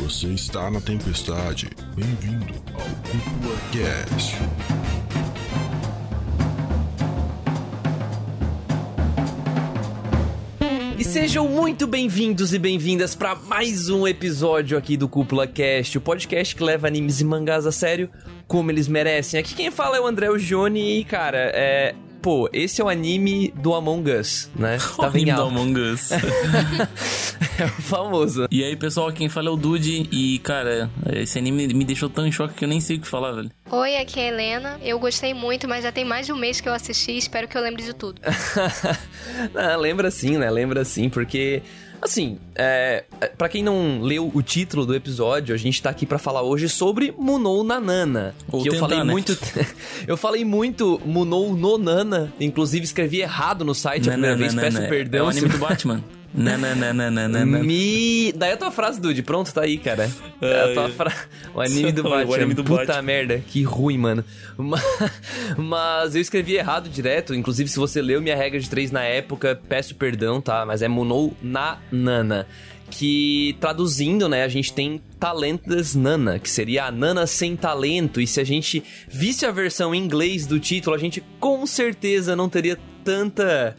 Você está na tempestade. Bem-vindo ao Cúpula Cast. E sejam muito bem-vindos e bem-vindas para mais um episódio aqui do Cúpula Cast, o podcast que leva animes e mangás a sério como eles merecem. Aqui quem fala é o André Gioni e, cara, esse é o anime do Among Us, né? O anime do Among Us. É o famoso. E aí, pessoal, quem fala é o Dude. E, cara, esse anime me deixou tão em choque que eu nem sei o que falar, velho. Oi, aqui é a Helena. Eu gostei muito, mas já tem mais de um mês que eu assisti. Espero que eu lembre de tudo. Não, lembra sim, né? Lembra sim, porque... Assim, pra quem não leu o título do episódio, a gente tá aqui pra falar hoje sobre Munou na Nana. Ou que tentar, eu falei né? muito... eu falei muito Munou no Nana, inclusive escrevi errado no site a primeira vez, peço perdão. É o anime do Batman. Daí a tua frase, Dude, pronto, tá aí, cara. A tua O anime do Batman. O anime do Puta Batman. merda, que ruim, mano. Mas eu escrevi errado direto. Inclusive, se você leu minha regra de 3 na época, peço perdão, tá? Mas é Munou na Nana. Que, traduzindo, né, a gente tem Talentless Nana, que seria a Nana sem talento. E se a gente visse a versão em inglês do título, a gente com certeza não teria tanta...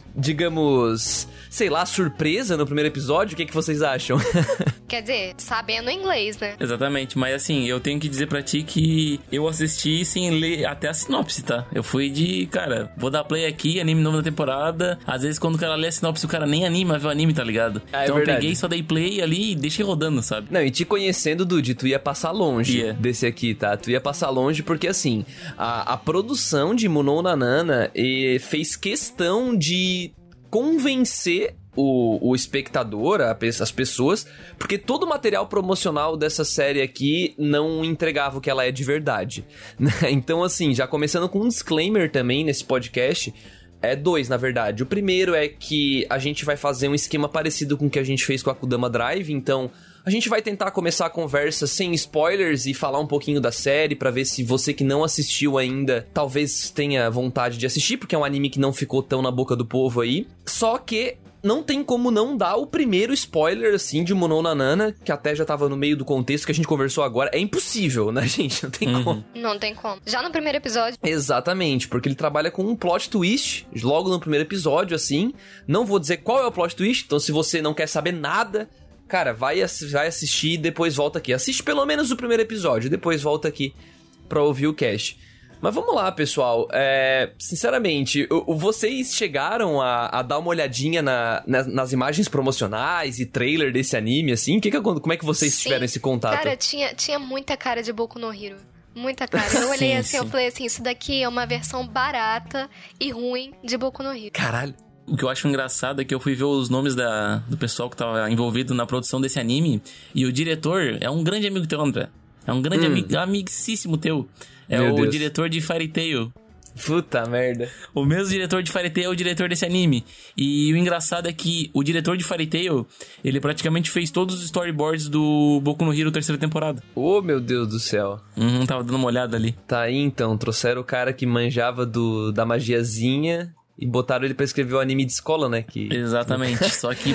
digamos, sei lá, surpresa no primeiro episódio. O que vocês acham? Quer dizer, sabendo inglês, né? Exatamente, mas assim, eu tenho que dizer pra ti que eu assisti sem ler até a sinopse, tá? Eu fui de, cara, vou dar play aqui, anime novo da temporada. Às vezes quando o cara lê a sinopse, o cara nem anima a ver o anime, tá ligado? É então verdade. eu peguei, só dei play ali e deixei rodando, sabe? Não, e te conhecendo, Dude, tu ia passar longe desse aqui, tá? Tu ia passar longe porque, assim, a produção de Munou na Nana fez questão de convencer o espectador, as pessoas, porque todo o material promocional dessa série aqui não entregava o que ela é de verdade, né? Então, assim, já começando com um disclaimer também nesse podcast, 2, na verdade. O primeiro é que a gente vai fazer um esquema parecido com o que a gente fez com a Akudama Drive, então... a gente vai tentar começar a conversa sem spoilers e falar um pouquinho da série pra ver se você que não assistiu ainda talvez tenha vontade de assistir, porque é um anime que não ficou tão na boca do povo aí. Só que não tem como não dar o primeiro spoiler, assim, de Munou na Nana, que até já tava no meio do contexto que a gente conversou agora. É impossível, né, gente? Não tem como. Não tem como. Já no primeiro episódio... Exatamente, porque ele trabalha com um plot twist, logo no primeiro episódio, assim. Não vou dizer qual é o plot twist, então se você não quer saber nada... cara, vai assistir e depois volta aqui. Assiste pelo menos o primeiro episódio, depois volta aqui pra ouvir o cast. Mas vamos lá, pessoal. Sinceramente, vocês chegaram a dar uma olhadinha nas imagens promocionais e trailer desse anime, assim? Como é que vocês tiveram esse contato? Cara, tinha muita cara de Boku no Hero. Muita cara. Eu olhei assim, eu falei assim, isso daqui é uma versão barata e ruim de Boku no Hero. Caralho. O que eu acho engraçado é que eu fui ver os nomes do pessoal que tava envolvido na produção desse anime. E o diretor é um grande amigo teu, André. É um grande amicíssimo teu. É Meu o Deus. diretor de Fairy Tail. Puta merda. O mesmo diretor de Fairy Tail é o diretor desse anime. E o engraçado é que o diretor de Fairy Tail, ele praticamente fez todos os storyboards do Boku no Hero terceira temporada. Oh, meu Deus do céu. Tava dando uma olhada ali. Tá aí, então. Trouxeram o cara que manjava da magiazinha... e botaram ele pra escrever o anime de escola, né? Exatamente. Só que,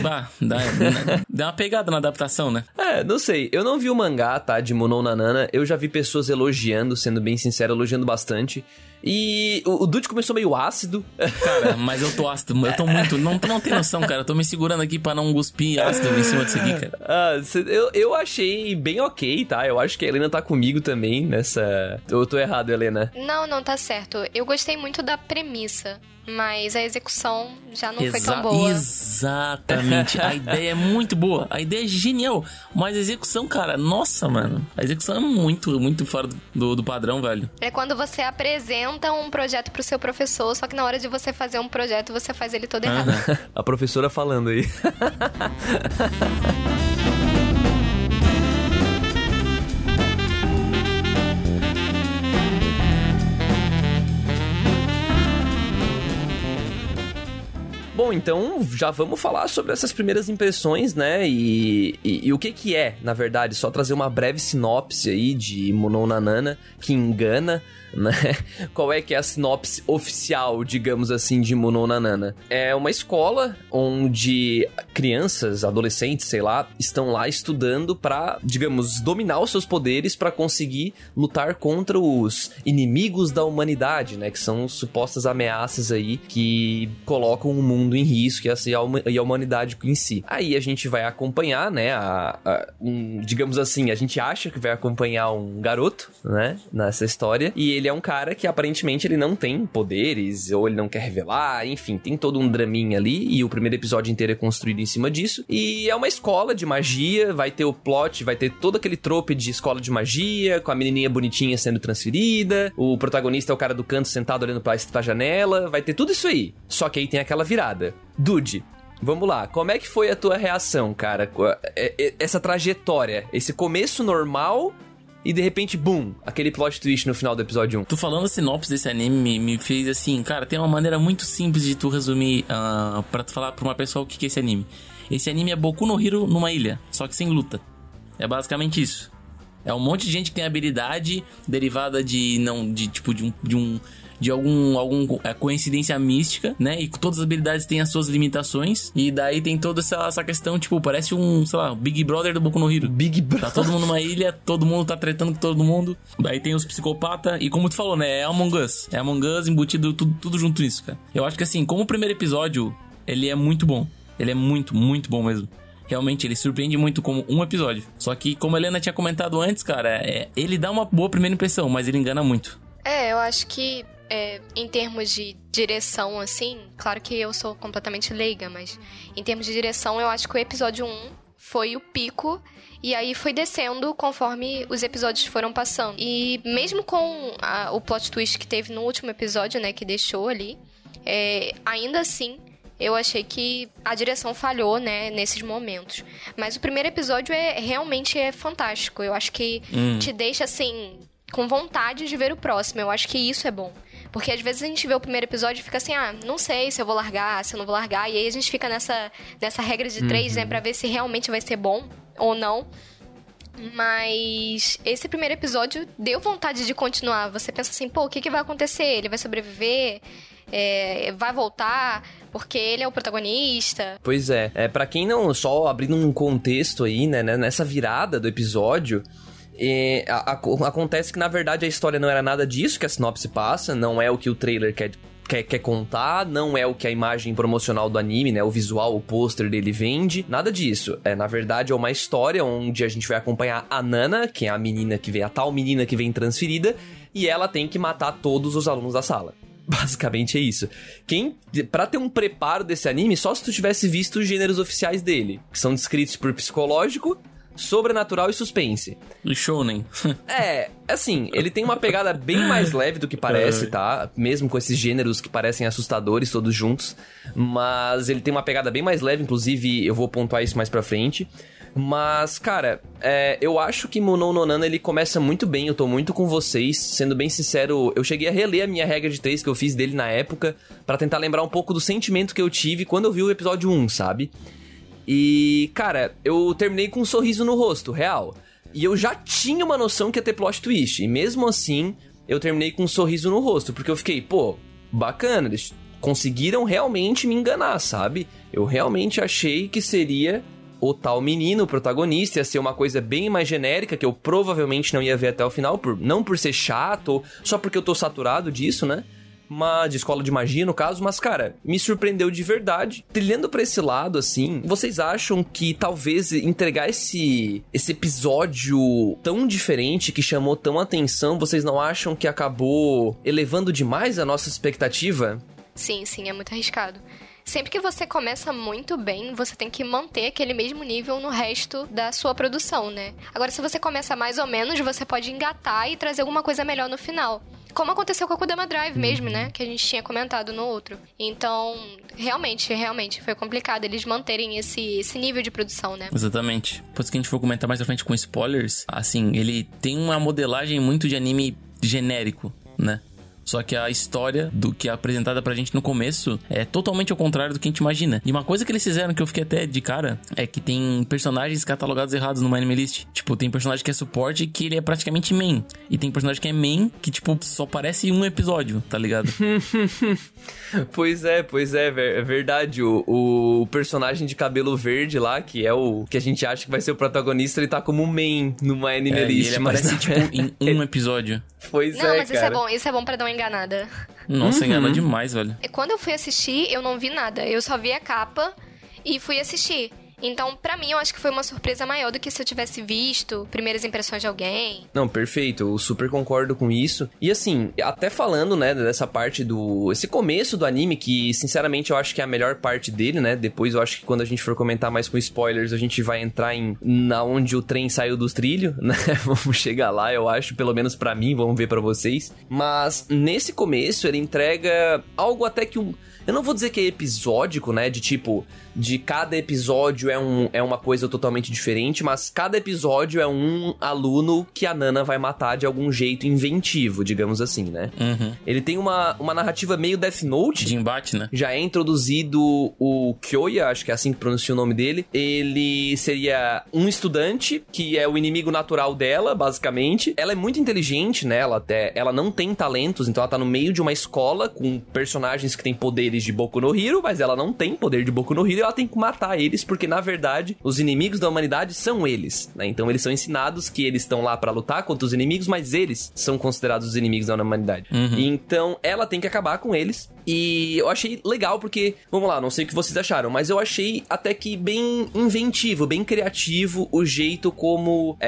dá uma pegada na adaptação, né? Não sei. Eu não vi o mangá, tá? De Munou na Nana. Eu já vi pessoas elogiando, sendo bem sincero, elogiando bastante. E o Dude começou meio ácido. Cara, mas eu tô ácido. Eu tô muito... Não tem noção, cara. Eu tô me segurando aqui pra não cuspir ácido em cima disso aqui, cara. Eu achei bem ok, tá? Eu acho que a Helena tá comigo também nessa... Eu tô errado, Helena. Não, tá certo. Eu gostei muito da premissa, mas a execução já não foi tão boa. Exatamente. A ideia é muito boa. A ideia é genial. Mas a execução, cara, nossa, mano. A execução é muito, muito fora do padrão, velho. É quando você apresenta um projeto pro seu professor, só que na hora de você fazer um projeto, você faz ele todo errado. A professora falando aí. Bom, então já vamos falar sobre essas primeiras impressões, né? E o que é, na verdade, só trazer uma breve sinopse aí de Monou Nanana, que engana, né? Qual é que é a sinopse oficial, digamos assim, de Monou Nanana? É uma escola onde crianças, adolescentes, sei lá, estão lá estudando pra, digamos, dominar os seus poderes pra conseguir lutar contra os inimigos da humanidade, né? Que são supostas ameaças aí que colocam o mundo em risco e a humanidade em si. Aí a gente vai acompanhar, né? Digamos assim, a gente acha que vai acompanhar um garoto, né? Nessa história. E ele é um cara que aparentemente ele não tem poderes, ou ele não quer revelar, enfim, tem todo um draminha ali, e o primeiro episódio inteiro é construído em cima disso. E é uma escola de magia, vai ter o plot, vai ter todo aquele trope de escola de magia, com a menininha bonitinha sendo transferida, o protagonista é o cara do canto sentado olhando pra janela, vai ter tudo isso aí. Só que aí tem aquela virada. Dude, vamos lá, como é que foi a tua reação, cara? Essa trajetória, esse começo normal e de repente, boom, aquele plot twist no final do episódio 1. Tu falando a sinopse desse anime me fez assim, cara, tem uma maneira muito simples de tu resumir pra tu falar pra uma pessoa o que é esse anime. Esse anime é Boku no Hero numa ilha, só que sem luta. É basicamente isso. É um monte de gente que tem habilidade derivada de alguma coincidência mística, né? E todas as habilidades têm as suas limitações. E daí tem toda essa questão, tipo, parece sei lá, Big Brother do Boku no Hero. Big Brother. Tá todo mundo numa ilha, todo mundo tá tretando com todo mundo. Daí tem os psicopatas. E como tu falou, né? É Among Us. É Among Us embutido tudo junto nisso, cara. Eu acho que assim, como o primeiro episódio, ele é muito bom. Ele é muito, muito bom mesmo. Realmente, ele surpreende muito como um episódio. Só que, como a Helena tinha comentado antes, cara, ele dá uma boa primeira impressão, mas ele engana muito. Eu acho que em termos de direção, assim, claro que eu sou completamente leiga, mas em termos de direção, eu acho que o episódio 1 foi o pico, e aí foi descendo conforme os episódios foram passando. E mesmo com o plot twist que teve no último episódio, né, que deixou ali, ainda assim, eu achei que a direção falhou, né, nesses momentos. Mas o primeiro episódio realmente é fantástico. Eu acho que te deixa, assim, com vontade de ver o próximo. Eu acho que isso é bom. Porque às vezes a gente vê o primeiro episódio e fica assim, não sei se eu vou largar, se eu não vou largar. E aí a gente fica nessa regra de 3, né, pra ver se realmente vai ser bom ou não. Mas esse primeiro episódio deu vontade de continuar. Você pensa assim, o que vai acontecer? Ele vai sobreviver? Vai voltar? Porque ele é o protagonista. Pois é. Pra quem não... Só abrindo um contexto aí, né? Nessa virada do episódio... acontece que, na verdade, a história não era nada disso que a sinopse passa. Não é o que o trailer quer contar. Não é o que a imagem promocional do anime, né? O visual, o pôster dele vende. Nada disso. Na verdade, é uma história onde a gente vai acompanhar a Nana, que é a tal menina que vem transferida. E ela tem que matar todos os alunos da sala. Basicamente é isso. Pra ter um preparo desse anime, só se tu tivesse visto os gêneros oficiais dele, que são descritos por psicológico, sobrenatural e suspense. E shounen. Assim, ele tem uma pegada bem mais leve do que parece, tá? Mesmo com esses gêneros que parecem assustadores todos juntos. Mas ele tem uma pegada bem mais leve, inclusive eu vou pontuar isso mais pra frente. Mas, cara, eu acho que Monou no Nanana, ele começa muito bem, eu tô muito com vocês. Sendo bem sincero, eu cheguei a reler a minha regra de 3 que eu fiz dele na época, pra tentar lembrar um pouco do sentimento que eu tive quando eu vi o episódio 1, sabe? E, cara, eu terminei com um sorriso no rosto, real. E eu já tinha uma noção que ia ter plot twist. E mesmo assim, eu terminei com um sorriso no rosto. Porque eu fiquei, bacana, eles conseguiram realmente me enganar, sabe? Eu realmente achei que seria o tal menino, o protagonista, ia ser uma coisa bem mais genérica, que eu provavelmente não ia ver até o final, não por ser chato, ou só porque eu tô saturado disso, né? De escola de magia, no caso, mas, cara, me surpreendeu de verdade. Trilhando pra esse lado, assim, vocês acham que talvez entregar esse episódio tão diferente, que chamou tão atenção, vocês não acham que acabou elevando demais a nossa expectativa? Sim, é muito arriscado. Sempre que você começa muito bem, você tem que manter aquele mesmo nível no resto da sua produção, né? Agora, se você começa mais ou menos, você pode engatar e trazer alguma coisa melhor no final. Como aconteceu com a Kodama Drive mesmo, né? Que a gente tinha comentado no outro. Então, realmente, foi complicado eles manterem esse nível de produção, né? Exatamente. Depois que a gente for comentar mais à frente com spoilers, assim, ele tem uma modelagem muito de anime genérico, né? Só que a história do que é apresentada pra gente no começo é totalmente ao contrário do que a gente imagina. E uma coisa que eles fizeram que eu fiquei até de cara é que tem personagens catalogados errados no My Anime List. Tipo, tem personagem que é suporte que ele é praticamente main. E tem personagem que é main que, tipo, só aparece em um episódio, tá ligado? Pois é, é verdade. O personagem de cabelo verde lá, que é o que a gente acha que vai ser o protagonista, ele tá como main no My Anime List. Ele aparece, tipo, em um episódio. Pois não, mas cara. Isso é bom pra dar uma enganada. Nossa, engana demais, velho. Quando eu fui assistir, eu não vi nada. Eu só vi a capa e fui assistir. Então, pra mim, eu acho que foi uma surpresa maior do que se eu tivesse visto primeiras impressões de alguém. Não, perfeito, eu super concordo com isso. E assim, até falando, né, dessa parte esse começo do anime, que sinceramente eu acho que é a melhor parte dele, né? Depois eu acho que quando a gente for comentar mais com spoilers, a gente vai entrar na onde o trem saiu dos trilhos, né? Vamos chegar lá, eu acho, pelo menos pra mim, vamos ver pra vocês. Mas nesse começo ele entrega algo até que eu não vou dizer que é episódico, né? De tipo, de cada episódio é uma coisa totalmente diferente, mas cada episódio é um aluno que a Nana vai matar de algum jeito inventivo, digamos assim, né? Uhum. Ele tem uma narrativa meio Death Note. De embate, né? Já é introduzido o Kyoya, acho que é assim que pronuncia o nome dele. Ele seria um estudante, que é o inimigo natural dela, basicamente. Ela é muito inteligente, né? Ela não tem talentos, então ela tá no meio de uma escola com personagens que têm poderes de Boku no Hero, mas ela não tem poder de Boku no Hero e ela tem que matar eles, porque na verdade os inimigos da humanidade são eles, né? Então eles são ensinados que eles estão lá pra lutar contra os inimigos, mas eles são considerados os inimigos da humanidade. Uhum. Então ela tem que acabar com eles. E eu achei legal porque, vamos lá, não sei o que vocês acharam, mas eu achei até que bem inventivo, bem criativo o jeito como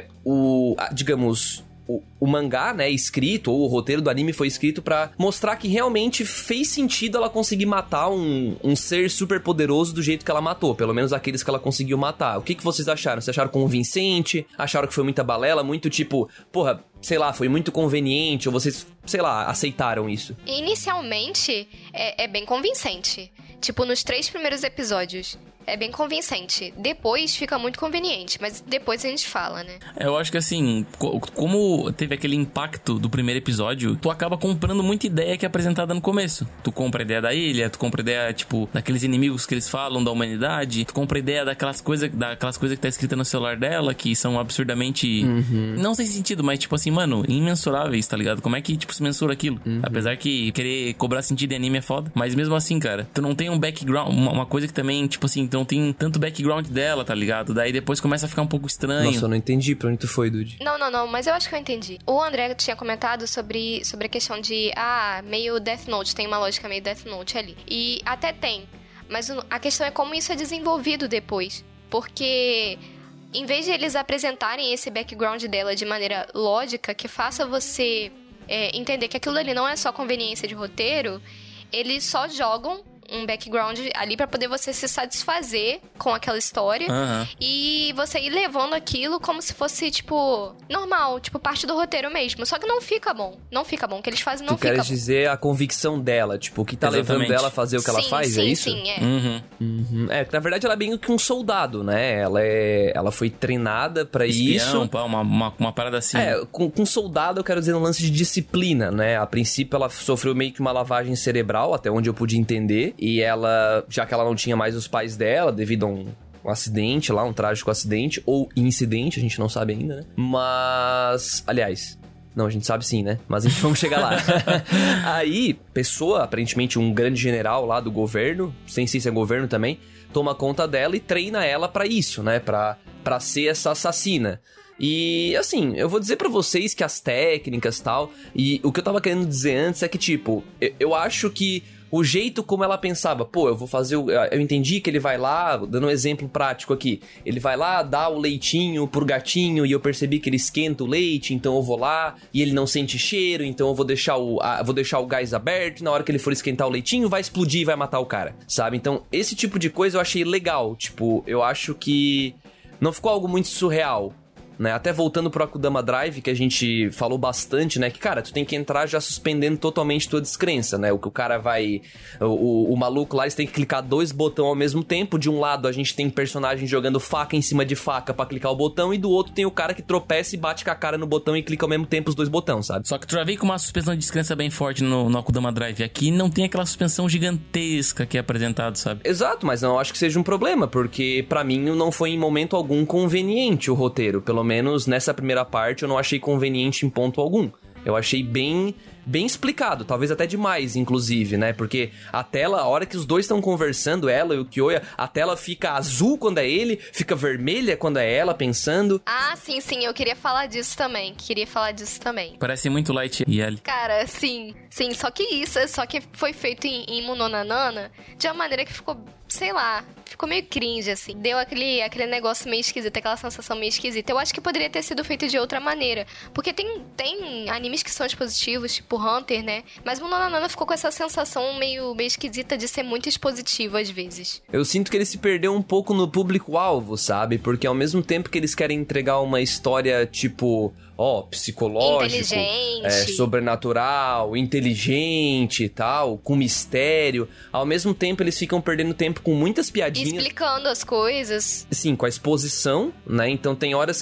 digamos, o mangá, né, escrito, ou o roteiro do anime foi escrito pra mostrar que realmente fez sentido ela conseguir matar um ser super poderoso do jeito que ela matou, pelo menos aqueles que ela conseguiu matar. O que vocês acharam? Vocês acharam convincente? Acharam que foi muita balela? Muito tipo, porra, sei lá, foi muito conveniente? Ou vocês, sei lá, aceitaram isso? Inicialmente, é bem convincente. Tipo, nos 3 primeiros episódios. É bem convincente. Depois fica muito conveniente, mas depois a gente fala, né? Eu acho que assim, como teve aquele impacto do primeiro episódio, tu acaba comprando muita ideia que é apresentada no começo. Tu compra a ideia da ilha, tu compra a ideia, tipo, daqueles inimigos que eles falam da humanidade, tu compra a ideia daquelas coisas que tá escrita no celular dela, que são absurdamente... Não sem sentido, mas tipo assim, mano, imensuráveis, tá ligado? Como é que, tipo, se mensura aquilo? Apesar que querer cobrar sentido em anime é foda, mas mesmo assim, cara, tu não tem um background, uma coisa que também, tipo assim, tu não tem tanto background dela, tá ligado? Daí depois começa a ficar um pouco estranho. Nossa, eu não entendi pra onde tu foi, Dude. Não, mas eu acho que eu entendi. O André tinha comentado sobre a questão de, meio Death Note, tem uma lógica meio Death Note ali. E até tem, mas a questão é como isso é desenvolvido depois. Porque em vez de eles apresentarem esse background dela de maneira lógica, que faça você entender que aquilo ali não é só conveniência de roteiro, eles só jogam um background ali pra poder você se satisfazer com aquela história e você ir levando aquilo como se fosse, tipo, normal, tipo, parte do roteiro mesmo. Só que não fica bom. Não fica bom. O que eles fazem não fica bom. Tu queres dizer a convicção dela, tipo, o que tá levando ela a fazer o que ela faz, é isso? Sim, Na verdade ela é bem que um soldado, né? Ela foi treinada pra espião, isso. Pá, uma parada assim. Com soldado eu quero dizer um lance de disciplina, né? A princípio ela sofreu meio que uma lavagem cerebral, até onde eu pude entender. E ela, já que ela não tinha mais os pais dela, devido a um acidente lá, um trágico acidente, ou incidente, a gente não sabe ainda, né? Mas, aliás, não, a gente sabe sim, né? Mas a gente vamos chegar lá. Aí, pessoa, aparentemente um grande general lá do governo, sem ser governo também, toma conta dela e treina ela pra isso, né? Pra ser essa assassina. E, assim, eu vou dizer pra vocês que as técnicas e tal, e o que eu tava querendo dizer antes é que, tipo, eu acho que o jeito como ela pensava, eu vou fazer eu entendi que ele vai lá, dando um exemplo prático aqui, ele vai lá dar o leitinho pro gatinho e eu percebi que ele esquenta o leite, então eu vou lá e ele não sente cheiro, então eu vou deixar o gás aberto e na hora que ele for esquentar o leitinho vai explodir e vai matar o cara, sabe? Então esse tipo de coisa eu achei legal, tipo, eu acho que não ficou algo muito surreal, né? Até voltando pro Akudama Drive, que a gente falou bastante, né? Que, cara, tu tem que entrar já suspendendo totalmente tua descrença, né? O que o cara vai... O maluco lá, eles têm que clicar 2 botões ao mesmo tempo. De um lado, a gente tem personagem jogando faca em cima de faca pra clicar o botão, e do outro tem o cara que tropeça e bate com a cara no botão e clica ao mesmo tempo os 2 botões, sabe? Só que tu já veio com uma suspensão de descrença bem forte no Akudama Drive. Aqui não tem aquela suspensão gigantesca que é apresentado, sabe? Exato, mas não acho que seja um problema, porque pra mim não foi em momento algum conveniente o roteiro. Pelo menos nessa primeira parte eu não achei conveniente em ponto algum. Eu achei bem explicado, talvez até demais, inclusive, né? Porque a tela, a hora que os dois estão conversando, ela e o Kyoya, a tela fica azul quando é ele, fica vermelha quando é ela pensando. Ah, sim, eu queria falar disso também. Parece muito Light e L. Cara, sim, só que foi feito em Mononanana de uma maneira que ficou, sei lá, ficou meio cringe, assim. Deu aquele negócio meio esquisito, aquela sensação meio esquisita. Eu acho que poderia ter sido feito de outra maneira. Porque tem animes que são expositivos, tipo Hunter, né? Mas Mononanana ficou com essa sensação meio esquisita de ser muito expositivo às vezes. Eu sinto que ele se perdeu um pouco no público-alvo, sabe? Porque ao mesmo tempo que eles querem entregar uma história, tipo... psicológico, sobrenatural, inteligente e tal, com mistério. Ao mesmo tempo, eles ficam perdendo tempo com muitas piadinhas. Explicando as coisas. Sim, com a exposição, né? Então tem horas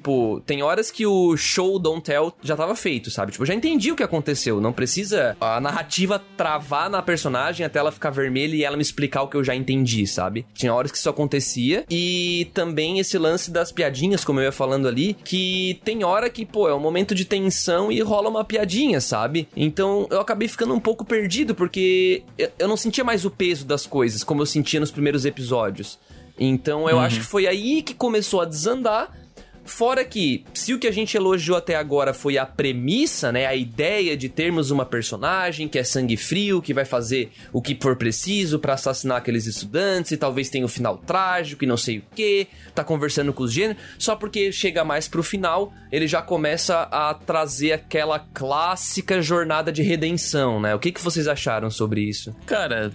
que o show don't tell já tava feito, sabe? Tipo, eu já entendi o que aconteceu. Não precisa a narrativa travar na personagem até ela ficar vermelha e ela me explicar o que eu já entendi, sabe? Tinha horas que isso acontecia. E também esse lance das piadinhas, como eu ia falando ali, que tem hora que é um momento de tensão e rola uma piadinha, sabe? Então, eu acabei ficando um pouco perdido, porque eu não sentia mais o peso das coisas, como eu sentia nos primeiros episódios. Então, eu acho que foi aí que começou a desandar. Fora que, se o que a gente elogiou até agora foi a premissa, né? A ideia de termos uma personagem que é sangue frio, que vai fazer o que for preciso pra assassinar aqueles estudantes, e talvez tenha um final trágico e não sei o que, tá conversando com os gêneros, só porque chega mais pro final, ele já começa a trazer aquela clássica jornada de redenção, né? O que vocês acharam sobre isso? Cara,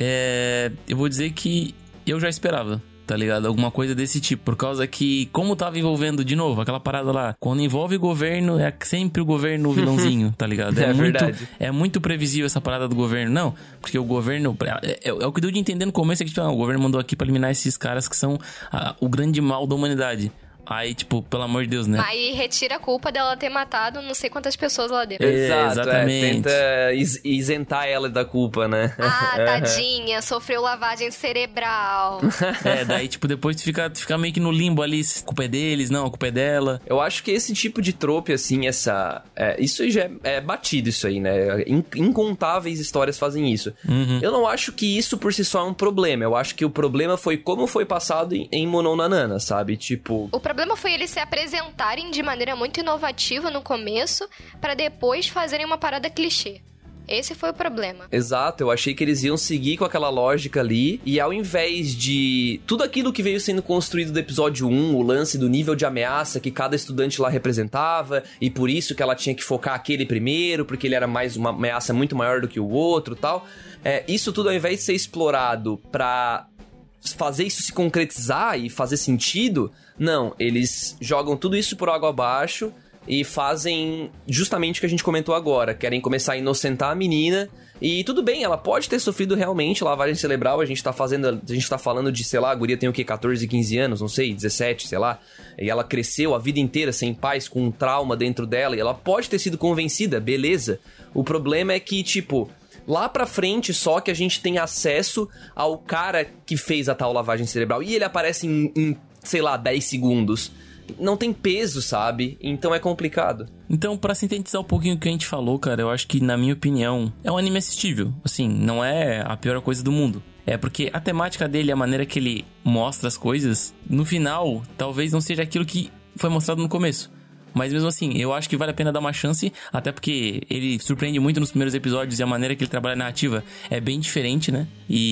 eu vou dizer que eu já esperava. Tá ligado? Alguma coisa desse tipo. Por causa que, como tava envolvendo, de novo, aquela parada lá, quando envolve o governo, é sempre o governo o vilãozinho, tá ligado? Verdade. É muito previsível essa parada do governo. Não, porque o governo... É o que deu de entender no começo, é que tipo, o governo mandou aqui pra eliminar esses caras que são o grande mal da humanidade. Aí, tipo, pelo amor de Deus, né? Aí retira a culpa dela ter matado não sei quantas pessoas lá dentro. Exatamente. Tenta isentar ela da culpa, né? Ah, tadinha, sofreu lavagem cerebral. Daí, tipo, depois tu fica meio que no limbo ali. A culpa é deles, não, a culpa é dela. Eu acho que esse tipo de trope, assim, isso aí já é batido, isso aí, né? Incontáveis histórias fazem isso. Eu não acho que isso por si só é um problema. Eu acho que o problema foi como foi passado em Mononanana, sabe? Tipo... O problema foi eles se apresentarem de maneira muito inovativa no começo, pra depois fazerem uma parada clichê. Esse foi o problema. Exato, eu achei que eles iam seguir com aquela lógica ali, e ao invés de tudo aquilo que veio sendo construído do episódio 1, o lance do nível de ameaça que cada estudante lá representava, e por isso que ela tinha que focar aquele primeiro, porque ele era mais uma ameaça muito maior do que o outro e tal, isso tudo ao invés de ser explorado pra fazer isso se concretizar e fazer sentido, não, eles jogam tudo isso por água abaixo e fazem justamente o que a gente comentou agora, querem começar a inocentar a menina, e tudo bem, ela pode ter sofrido realmente lavagem cerebral, a gente tá falando de, sei lá, a guria tem o quê, 14, 15 anos, não sei, 17, sei lá, e ela cresceu a vida inteira sem pais, com um trauma dentro dela, e ela pode ter sido convencida, beleza, o problema é que, tipo... Lá pra frente só que a gente tem acesso ao cara que fez a tal lavagem cerebral. E ele aparece em sei lá, 10 segundos. Não tem peso, sabe? Então é complicado. Então, pra sintetizar um pouquinho o que a gente falou, cara, eu acho que, na minha opinião, é um anime assistível. Assim, não é a pior coisa do mundo. É porque a temática dele, a maneira que ele mostra as coisas, no final, talvez não seja aquilo que foi mostrado no começo. Mas mesmo assim, eu acho que vale a pena dar uma chance, até porque ele surpreende muito nos primeiros episódios e a maneira que ele trabalha a narrativa é bem diferente, né?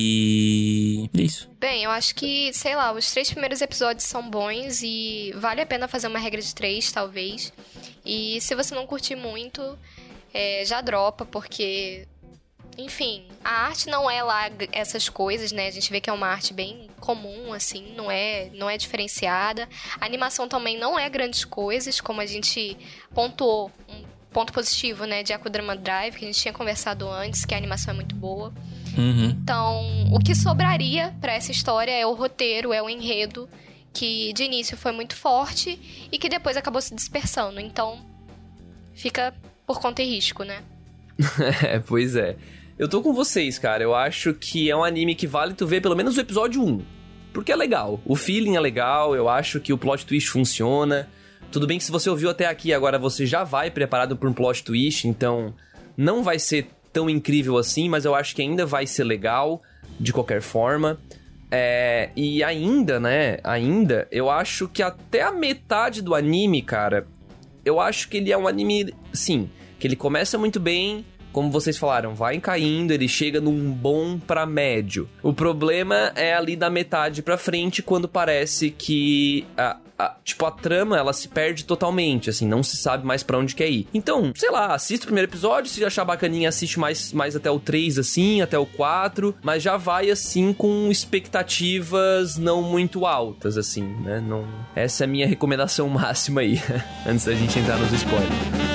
E é isso. Bem, eu acho que, sei lá, os 3 primeiros episódios são bons e vale a pena fazer uma regra de 3, talvez. E se você não curtir muito, já dropa, porque Enfim, a arte não é lá essas coisas, né? A gente vê que é uma arte bem comum, assim, não é diferenciada. A animação também não é grandes coisas, como a gente pontuou. Um ponto positivo, né, de Akudama Drive, que a gente tinha conversado antes, que a animação é muito boa. Então, o que sobraria pra essa história é o roteiro, é o enredo, que de início foi muito forte e que depois acabou se dispersando. Então, fica por conta e risco, né? Pois é. Eu tô com vocês, cara. Eu acho que é um anime que vale tu ver pelo menos o episódio 1. Porque é legal. O feeling é legal, eu acho que o plot twist funciona. Tudo bem que se você ouviu até aqui, agora você já vai preparado para um plot twist, então não vai ser tão incrível assim, mas eu acho que ainda vai ser legal, de qualquer forma. E ainda, né, eu acho que até a metade do anime, cara, eu acho que ele é um anime, sim, que ele começa muito bem, como vocês falaram, vai caindo, ele chega num bom pra médio. O problema é ali da metade pra frente, quando parece que a trama, ela se perde totalmente, assim, não se sabe mais pra onde quer ir. Então, sei lá, assista o primeiro episódio, se achar bacaninha, assiste mais até o 3, assim, até o 4, mas já vai, assim, com expectativas não muito altas, assim, né? Não... Essa é a minha recomendação máxima aí, antes da gente entrar nos spoilers.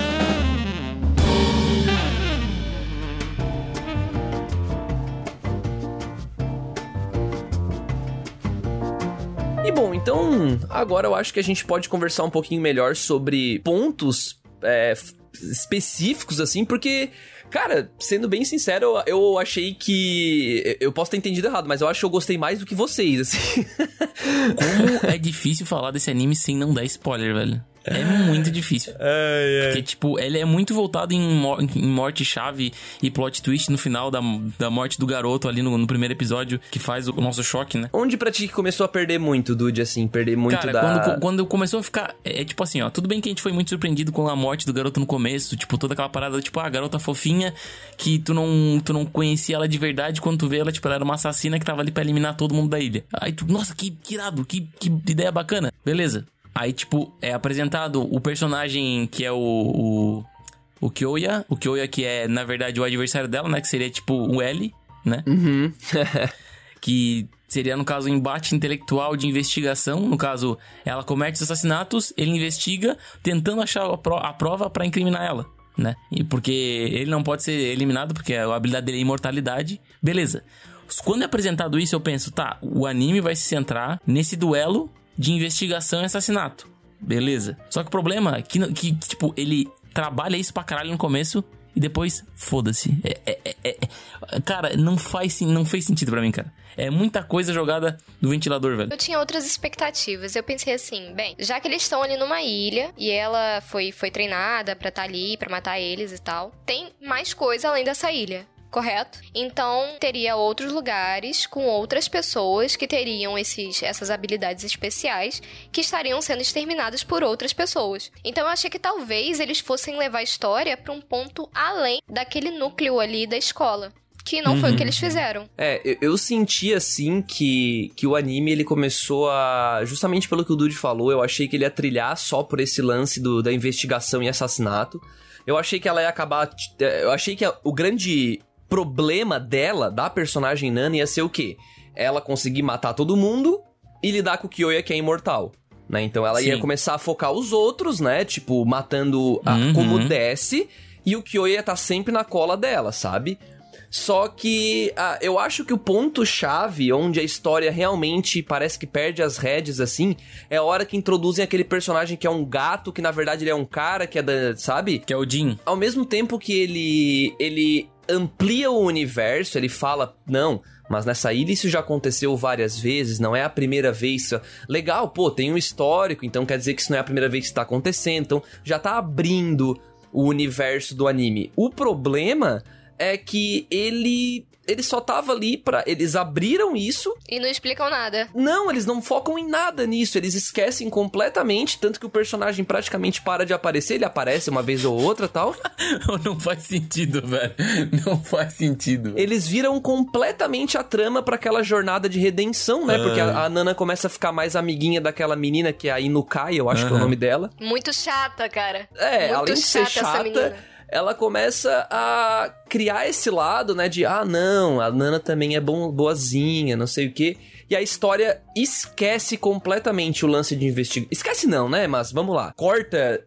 E bom, então agora eu acho que a gente pode conversar um pouquinho melhor sobre pontos específicos, assim, porque, cara, sendo bem sincero, eu achei que... Eu posso ter entendido errado, mas eu acho que eu gostei mais do que vocês, assim. Como é difícil falar desse anime sem não dar spoiler, velho. É muito difícil. Porque, tipo, ele é muito voltado em morte-chave e plot twist no final da morte do garoto ali no primeiro episódio, que faz o nosso choque, né? Onde pra ti começou a perder muito, Dude, assim? Perder muito, cara, quando começou a ficar... É tipo assim, ó. Tudo bem que a gente foi muito surpreendido com a morte do garoto no começo. Tipo, toda aquela parada, tipo, a garota fofinha que tu não conhecia ela de verdade. Quando tu vê ela, tipo, ela era uma assassina que tava ali pra eliminar todo mundo da ilha. Aí tu... Nossa, que irado, que ideia bacana. Beleza. Aí, tipo, é apresentado o personagem que é o Kyoya. O Kyoya que é, na verdade, o adversário dela, né? Que seria, tipo, o L, né? Uhum. Que seria, no caso, um embate intelectual de investigação. No caso, ela comete os assassinatos, ele investiga, tentando achar a prova pra incriminar ela, né? E porque ele não pode ser eliminado, porque a habilidade dele é imortalidade. Beleza. Quando é apresentado isso, eu penso, tá, o anime vai se centrar nesse duelo de investigação e assassinato. Beleza. Só que o problema é que tipo, ele trabalha isso pra caralho no começo e depois, foda-se. Cara, não fez sentido pra mim, cara. É muita coisa jogada no ventilador, velho. Eu tinha outras expectativas. Eu pensei assim, bem, já que eles estão ali numa ilha e ela foi treinada pra estar ali, pra matar eles e tal, tem mais coisa além dessa ilha. Correto? Então, teria outros lugares com outras pessoas que teriam essas habilidades especiais que estariam sendo exterminadas por outras pessoas. Então, eu achei que talvez eles fossem levar a história para um ponto além daquele núcleo ali da escola. Que não foi o que eles fizeram. Eu senti, assim, que o anime, ele começou a... Justamente pelo que o Dude falou, eu achei que ele ia trilhar só por esse lance da investigação e assassinato. Eu achei que ela ia acabar... Eu achei que o grande... problema dela, da personagem Nana, ia ser o quê? Ela conseguir matar todo mundo e lidar com o Kyoya, que é imortal, né? Então ela ia começar a focar os outros, né? Tipo, matando como desce, e o Kyoya tá sempre na cola dela, sabe? Só que eu acho que o ponto-chave, onde a história realmente parece que perde as rédeas, assim, é a hora que introduzem aquele personagem que é um gato, que na verdade ele é um cara, que é da... Sabe? Que é o Jin. Ao mesmo tempo que ele amplia o universo, ele fala, não, mas nessa ilha isso já aconteceu várias vezes, não é a primeira vez. Legal, pô, tem um histórico, então quer dizer que isso não é a primeira vez que está acontecendo, então já tá abrindo o universo do anime. O problema é que ele só tava ali pra... Eles abriram isso... E não explicam nada. Não, eles não focam em nada nisso. Eles esquecem completamente, tanto que o personagem praticamente para de aparecer. Ele aparece uma vez ou outra, tal. Não faz sentido, velho. Não faz sentido. Eles viram completamente a trama pra aquela jornada de redenção, né? Porque a Nana começa a ficar mais amiguinha daquela menina, que é a Inukai, eu acho que é o nome dela. Muito chata, cara. Muito além de ser chata... ela começa a criar esse lado, né, de, não, a Nana também é boazinha, não sei o quê. E a história esquece completamente o lance de investigação. Esquece não, né, mas vamos lá. Corta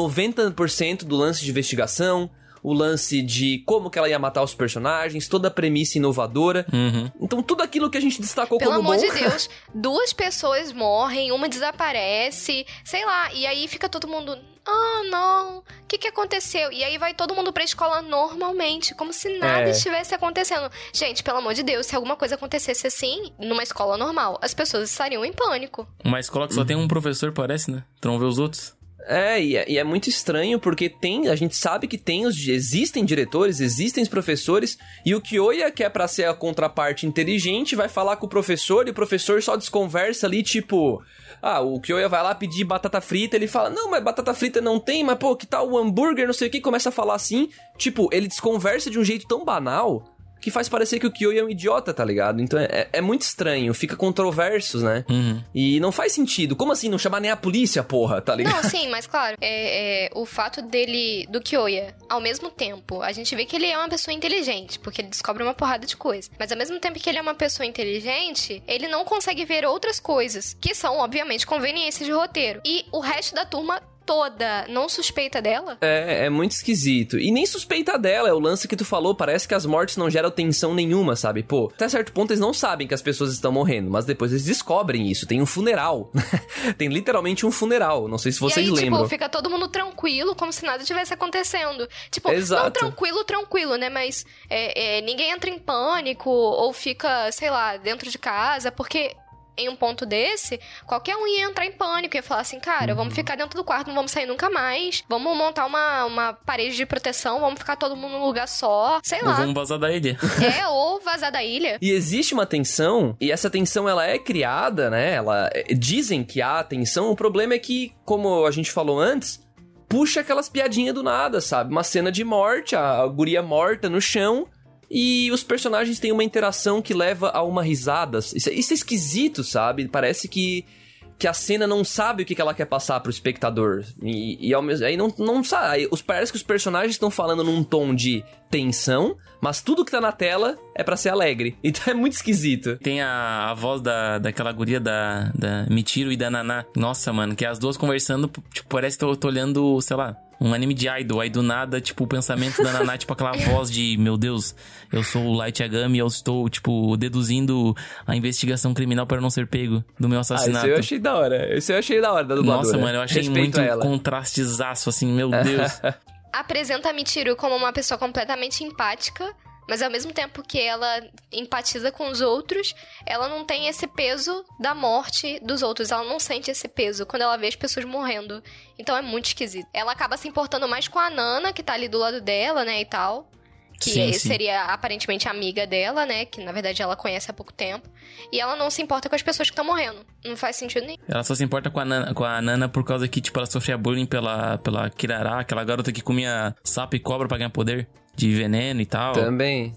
90% do lance de investigação, o lance de como que ela ia matar os personagens, toda a premissa inovadora. Então, tudo aquilo que a gente destacou como bom... Pelo amor de Deus, 2 pessoas morrem, uma desaparece, sei lá, e aí fica todo mundo... não, o que aconteceu? E aí vai todo mundo pra escola normalmente, como se nada estivesse acontecendo. Gente, pelo amor de Deus, se alguma coisa acontecesse assim, numa escola normal, as pessoas estariam em pânico. Uma escola que só tem um professor, parece, né? Tu não vê os outros. E é muito estranho porque a gente sabe que existem diretores, existem os professores, e o Kyoya, que é pra ser a contraparte inteligente, vai falar com o professor, e o professor só desconversa ali, tipo... o Kyoya vai lá pedir batata frita, ele fala, não, mas batata frita não tem, mas pô, que tal o hambúrguer, não sei o que, começa a falar assim, tipo, ele desconversa de um jeito tão banal... que faz parecer que o Kyoya é um idiota, tá ligado? Então é muito estranho, fica controversos, né? E não faz sentido. Como assim não chamar nem a polícia, porra, tá ligado? Não, sim, mas claro, o fato do Kyoya, ao mesmo tempo, a gente vê que ele é uma pessoa inteligente, porque ele descobre uma porrada de coisa. Mas ao mesmo tempo que ele é uma pessoa inteligente, ele não consegue ver outras coisas, que são, obviamente, conveniências de roteiro. E o resto da turma... toda não suspeita dela? É muito esquisito. E nem suspeita dela, é o lance que tu falou, parece que as mortes não geram tensão nenhuma, sabe? Pô, até certo ponto eles não sabem que as pessoas estão morrendo, mas depois eles descobrem isso, tem um funeral. Tem literalmente um funeral, não sei se vocês lembram. Tipo, fica todo mundo tranquilo, como se nada tivesse acontecendo. Tipo, exato. Não tranquilo, né? Mas ninguém entra em pânico ou fica, sei lá, dentro de casa, porque... em um ponto desse, qualquer um ia entrar em pânico, ia falar assim, cara, vamos ficar dentro do quarto, não vamos sair nunca mais, vamos montar uma parede de proteção, vamos ficar todo mundo num lugar só, sei lá. Ou vamos vazar da ilha. Ou vazar da ilha. E existe uma tensão, e essa tensão ela é criada, né, dizem que há tensão, o problema é que, como a gente falou antes, puxa aquelas piadinhas do nada, sabe? Uma cena de morte, a guria morta no chão, e os personagens têm uma interação que leva a uma risada. Isso é esquisito, sabe? Parece que a cena não sabe o que ela quer passar pro espectador. E ao mesmo aí não sabe. Parece que os personagens estão falando num tom de tensão, mas tudo que tá na tela é pra ser alegre. Então é muito esquisito. Tem a voz daquela guria da Michiru e da Naná. Nossa, mano, que as duas conversando, tipo, parece que eu tô olhando, sei lá, um anime de idol. Aí do nada, tipo, o pensamento da Naná, tipo, aquela voz de, meu Deus, eu sou o Light Yagami e eu estou, tipo, deduzindo a investigação criminal para não ser pego do meu assassinato. Isso eu achei da hora. Isso eu achei da hora da dubladora. Nossa, mano, eu achei muito contrastezaço, assim, meu Deus. Apresenta a Michiru como uma pessoa completamente empática, mas ao mesmo tempo que ela empatiza com os outros, ela não tem esse peso da morte dos outros. Ela não sente esse peso quando ela vê as pessoas morrendo. Então é muito esquisito. Ela acaba se importando mais com a Nana, que tá ali do lado dela, né, e tal. Que seria aparentemente amiga dela, né? Que na verdade ela conhece há pouco tempo. E ela não se importa com as pessoas que estão morrendo. Não faz sentido nenhum. Ela só se importa com a Nana por causa que, tipo, ela sofria bullying pela Kirara, aquela garota que comia sapo e cobra pra ganhar poder de veneno e tal. Também.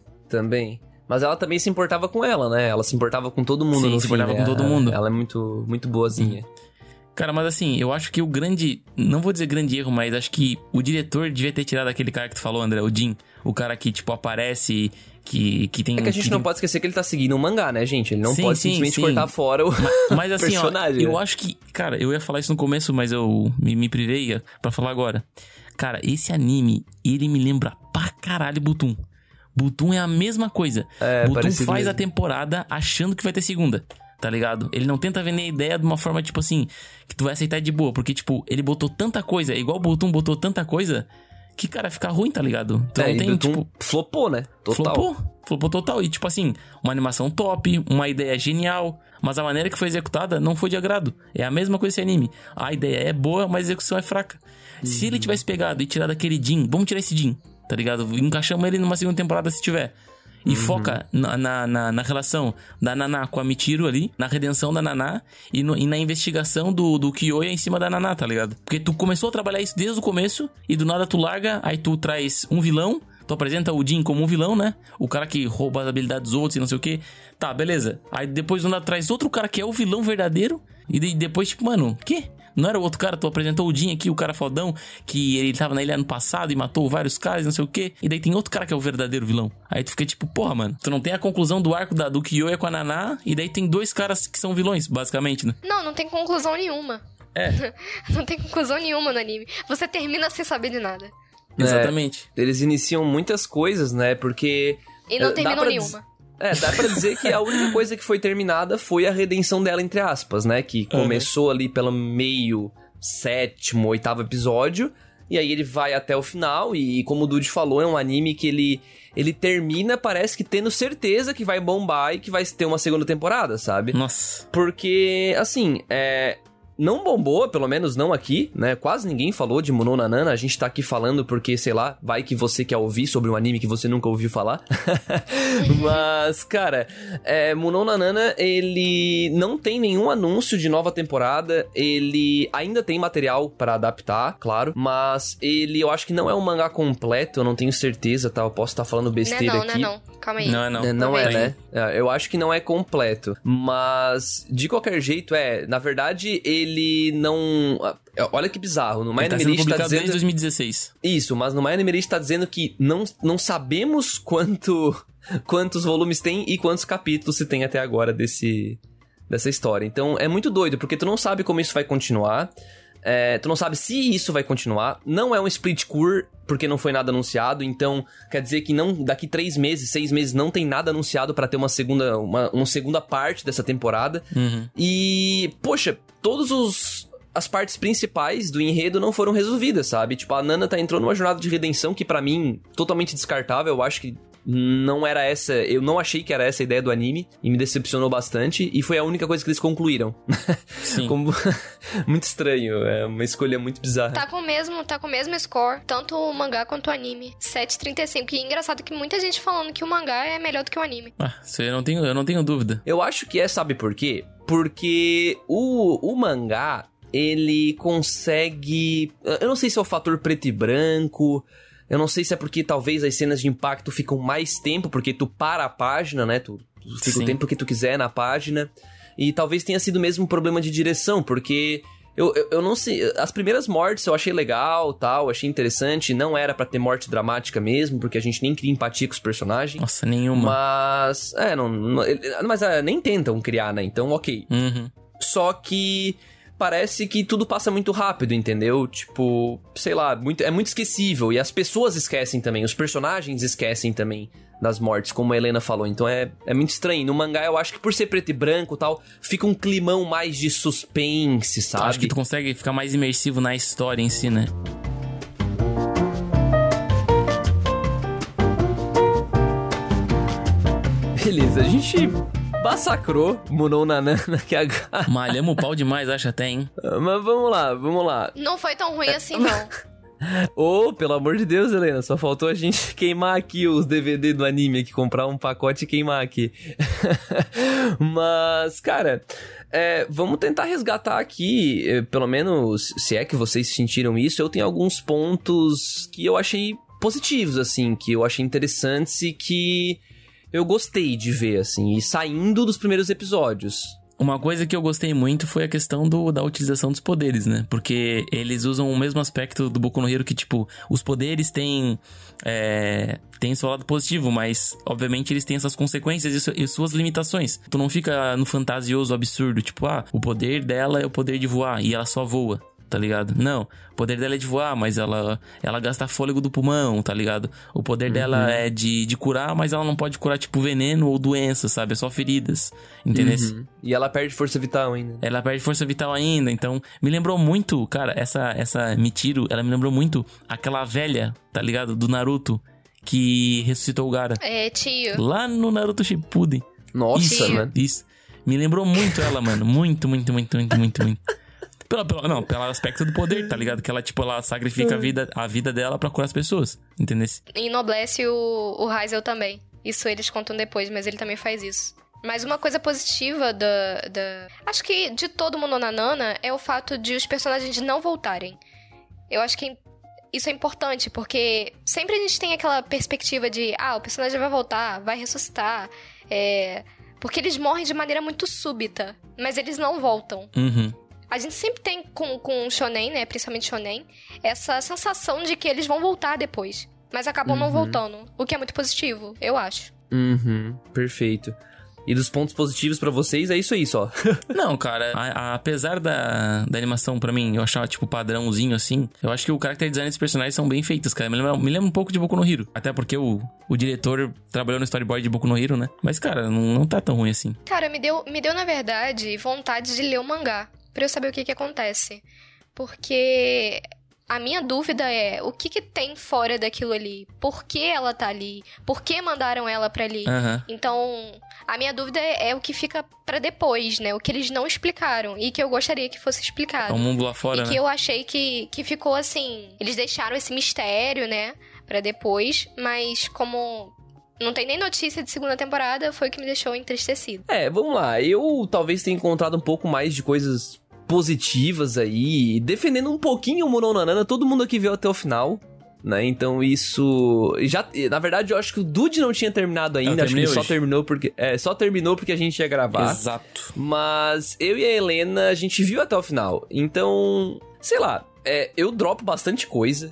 Mas ela também se importava com ela, né? Ela se importava com todo mundo. Sim, se importava com todo mundo. Ela é muito, muito boazinha. Cara, mas assim, eu acho que o grande... Não vou dizer grande erro, mas acho que o diretor devia ter tirado aquele cara que tu falou, André, o Jin. O cara que, tipo, aparece... Que tem... É que a gente não pode esquecer que ele tá seguindo um mangá, né, gente? Ele não pode simplesmente cortar fora o mas assim, personagem. Ó, eu acho que... Cara, eu ia falar isso no começo, mas eu me privei pra falar agora. Cara, esse anime, ele me lembra pra caralho Butoon. Butoon é a mesma coisa. Butoon faz mesmo a temporada achando que vai ter segunda. Tá ligado? Ele não tenta vender a ideia de uma forma, tipo assim, que tu vai aceitar de boa. Porque, tipo, ele botou tanta coisa, igual o Butoon botou tanta coisa, que, cara, fica ruim, tá ligado? Então tem, tipo... flopou, né? Total. Flopou total. E, tipo assim, uma animação top, uma ideia genial, mas a maneira que foi executada não foi de agrado. É a mesma coisa esse anime. A ideia é boa, mas a execução é fraca. Se ele tivesse pegado e tirado aquele Jin, vamos tirar esse Jin, tá ligado? Encaixamos ele numa segunda temporada se tiver. E foca na relação da Naná com a Michiru ali, na redenção da Naná e na investigação do Kyoya em cima da Naná, tá ligado? Porque tu começou a trabalhar isso desde o começo e do nada tu larga, aí tu traz um vilão, tu apresenta o Jin como um vilão, né? O cara que rouba as habilidades dos outros e não sei o que. Tá, beleza. Aí depois do nada traz outro cara que é o vilão verdadeiro e depois, tipo, mano, quê? não era o outro cara, tu apresentou o Jin aqui, o cara fodão, que ele tava na ilha ano passado e matou vários caras, não sei o quê. E daí tem outro cara que é o verdadeiro vilão. Aí tu fica tipo, porra, mano, tu não tem a conclusão do arco do Kyoya com a Naná, e daí tem dois caras que são vilões, basicamente, né? Não tem conclusão nenhuma. Não tem conclusão nenhuma no anime. Você termina sem saber de nada. Exatamente. Eles iniciam muitas coisas, né? Porque... E não terminam nenhuma. Dá pra dizer que a única coisa que foi terminada foi a redenção dela, entre aspas, né? Que começou ali pelo meio 7º, 8º episódio. E aí ele vai até o final. E como o Dude falou, é um anime que ele termina, parece que tendo certeza que vai bombar e que vai ter uma segunda temporada, sabe? Nossa. Porque, assim, não bombou, pelo menos não aqui, né? Quase ninguém falou de Mono Nanana. A gente tá aqui falando porque, sei lá, vai que você quer ouvir sobre um anime que você nunca ouviu falar. Mas, cara, Mono Nanana, ele não tem nenhum anúncio de nova temporada. Ele ainda tem material pra adaptar, claro. Mas eu acho que não é um mangá completo, eu não tenho certeza, tá? Eu posso estar falando besteira aqui. Não. Calma aí. Não é, né? Eu acho que não é completo. Mas, de qualquer jeito, na verdade, ele não... Olha que bizarro. No My Anime List tá dizendo... desde 2016. Isso, mas no My Anime List tá dizendo que não sabemos quantos volumes tem e quantos capítulos se tem até agora dessa história. Então, é muito doido, porque tu não sabe como isso vai continuar. Tu não sabe se isso vai continuar. Não é um split cour, porque não foi nada anunciado. Então, quer dizer que daqui 3 meses, 6 meses, não tem nada anunciado pra ter uma segunda parte dessa temporada. E, poxa, as partes principais do enredo não foram resolvidas, sabe? Tipo, a Nana entrou numa jornada de redenção que pra mim, totalmente descartável. Eu acho que não era essa... Eu não achei que era essa a ideia do anime. E me decepcionou bastante. E foi a única coisa que eles concluíram. Sim. Muito estranho. É uma escolha muito bizarra. Tá com o mesmo score. Tanto o mangá quanto o anime. 7,35. E é engraçado que muita gente falando que o mangá é melhor do que o anime. Isso eu não tenho dúvida. Eu acho que sabe por quê? Porque o mangá, ele consegue... Eu não sei se é o fator preto e branco... Eu não sei se é porque talvez as cenas de impacto ficam mais tempo, porque tu para a página, né? Tu fica o tempo que tu quiser na página. E talvez tenha sido mesmo um problema de direção, porque eu não sei... As primeiras mortes eu achei legal, tal, achei interessante. Não era pra ter morte dramática mesmo, porque a gente nem cria empatia com os personagens. Nossa, nenhuma. Mas... mas nem tentam criar, né? Então, ok. Só que... Parece que tudo passa muito rápido, entendeu? Tipo, sei lá, é muito esquecível. E as pessoas esquecem também, os personagens esquecem também das mortes, como a Helena falou. Então é muito estranho. No mangá, eu acho que por ser preto e branco e tal, fica um climão mais de suspense, sabe? Acho que tu consegue ficar mais imersivo na história em si, né? Beleza, a gente... massacrou Mono Nanana que malhamos o pau demais, acho até, hein? Mas vamos lá. Não foi tão ruim assim, não. Pelo amor de Deus, Helena, só faltou a gente queimar aqui os DVD do anime aqui, comprar um pacote e queimar aqui. Mas, cara, vamos tentar resgatar aqui, pelo menos, se é que vocês sentiram isso, eu tenho alguns pontos que eu achei positivos, assim, que eu achei interessantes e que... eu gostei de ver, assim, e saindo dos primeiros episódios. Uma coisa que eu gostei muito foi a questão da utilização dos poderes, né? Porque eles usam o mesmo aspecto do Boku no Hero que, tipo, os poderes têm seu lado positivo, mas, obviamente, eles têm essas consequências e suas limitações. Tu não fica no fantasioso absurdo, tipo, o poder dela é o poder de voar e ela só voa. Tá ligado? Não, o poder dela é de voar, mas ela gasta fôlego do pulmão, tá ligado? O poder dela é de curar, mas ela não pode curar, tipo, veneno ou doença, sabe? É só feridas, entendeu? E ela perde força vital ainda. Então me lembrou muito, cara, essa Michiru, ela me lembrou muito aquela velha, tá ligado? Do Naruto, que ressuscitou o Gaara. Tio. Lá no Naruto Shippuden. Nossa, mano. Isso. Me lembrou muito ela, mano. Muito. Pelo aspecto do poder, tá ligado? Que ela, tipo, ela sacrifica a vida dela pra curar as pessoas, entendeu? E Noblesse o Raizel também. Isso eles contam depois, mas ele também faz isso. Mas uma coisa positiva acho que de todo mundo na Nana é o fato de os personagens não voltarem. Eu acho que isso é importante, porque sempre a gente tem aquela perspectiva de o personagem vai voltar, vai ressuscitar, porque eles morrem de maneira muito súbita, mas eles não voltam. A gente sempre tem com shonen, né, principalmente shonen, essa sensação de que eles vão voltar depois. Mas acabam não voltando, o que é muito positivo, eu acho. Perfeito. E dos pontos positivos pra vocês, é isso aí só. Não, cara, apesar da animação pra mim, eu achava, tipo, padrãozinho, assim, eu acho que o character design dos personagens são bem feitos, cara. Me lembra um pouco de Boku no Hero. Até porque o diretor trabalhou no storyboard de Boku no Hero, né? Mas, cara, não tá tão ruim assim. Cara, me deu, na verdade, vontade de ler o mangá, pra eu saber o que acontece. Porque a minha dúvida é, o que tem fora daquilo ali? Por que ela tá ali? Por que mandaram ela pra ali? Então, a minha dúvida é o que fica pra depois, né? O que eles não explicaram e que eu gostaria que fosse explicado. É o mundo lá fora, e que eu achei que ficou assim... Eles deixaram esse mistério, né? Pra depois, mas como... Não tem nem notícia de segunda temporada, foi o que me deixou entristecido. Vamos lá. Eu talvez tenha encontrado um pouco mais de coisas positivas aí, defendendo um pouquinho o Mono no Nana. Todo mundo aqui veio até o final, né? Então isso... Na verdade, eu acho que o Dude não tinha terminado ainda. Acho que ele só terminou porque... só terminou porque a gente ia gravar. Exato. Mas eu e a Helena, a gente viu até o final. Então, sei lá, eu dropo bastante coisa.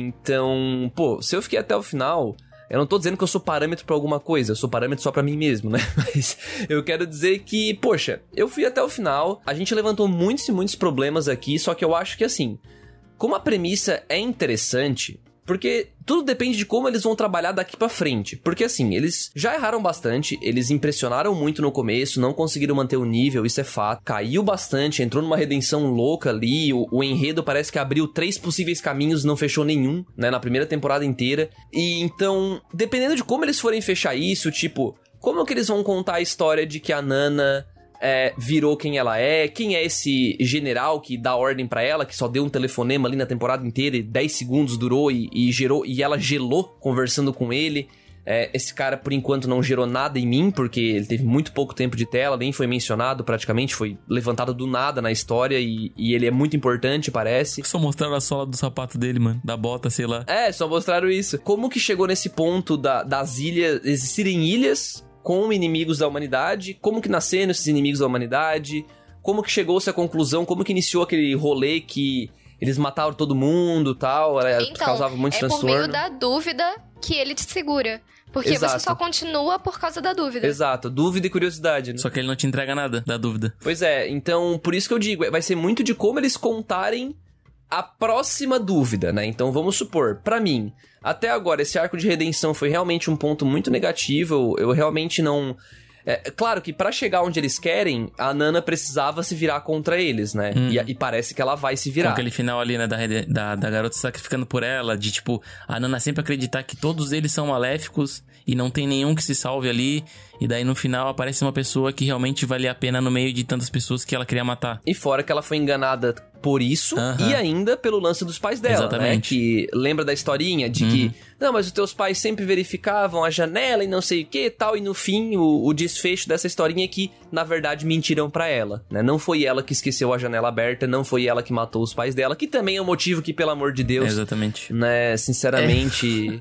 Então, pô, se eu fiquei até o final... Eu não tô dizendo que eu sou parâmetro pra alguma coisa, eu sou parâmetro só pra mim mesmo, né? Mas eu quero dizer que, poxa, eu fui até o final, a gente levantou muitos e muitos problemas aqui, só que eu acho que assim, como a premissa é interessante, porque tudo depende de como eles vão trabalhar daqui pra frente. Porque assim, eles já erraram bastante, eles impressionaram muito no começo, não conseguiram manter o nível, isso é fato. Caiu bastante, entrou numa redenção louca ali, o enredo parece que abriu 3 possíveis caminhos, não fechou nenhum, né, na primeira temporada inteira. E então, dependendo de como eles forem fechar isso, tipo, como que eles vão contar a história de que a Nana... virou quem ela é, quem é esse general que dá ordem pra ela, que só deu um telefonema ali na temporada inteira e 10 segundos durou e gerou, e ela gelou conversando com ele. Esse cara, por enquanto, não gerou nada em mim, porque ele teve muito pouco tempo de tela, nem foi mencionado praticamente, foi levantado do nada na história e ele é muito importante, parece. Só mostraram a sola do sapato dele, mano, da bota, sei lá. Só mostraram isso. Como que chegou nesse ponto das ilhas, existirem ilhas com inimigos da humanidade, como que nasceram esses inimigos da humanidade, como que chegou-se à conclusão, como que iniciou aquele rolê que eles mataram todo mundo e tal, então, causava muito transtorno. É por meio da dúvida que ele te segura. Porque Exato. você só continua por causa da dúvida. Exato, dúvida e curiosidade, né? Só que ele não te entrega nada da dúvida. Pois é, então por isso que eu digo, vai ser muito de como eles contarem a próxima dúvida, né? Então vamos supor, pra mim, até agora esse arco de redenção foi realmente um ponto muito negativo, eu realmente não... claro que pra chegar onde eles querem, a Nana precisava se virar contra eles, né? E parece que ela vai se virar. Com aquele final ali, né, da garota se sacrificando por ela, de tipo, a Nana sempre acreditar que todos eles são maléficos e não tem nenhum que se salve ali, e daí no final aparece uma pessoa que realmente valia a pena no meio de tantas pessoas que ela queria matar. E fora que ela foi enganada por isso, e ainda pelo lance dos pais dela, exatamente, né? Que lembra da historinha de que, não, mas os teus pais sempre verificavam a janela e não sei o que e tal, e no fim o desfecho dessa historinha é que, na verdade, mentiram pra ela, né? Não foi ela que esqueceu a janela aberta, não foi ela que matou os pais dela, que também é um motivo que, pelo amor de Deus... exatamente. Né, sinceramente...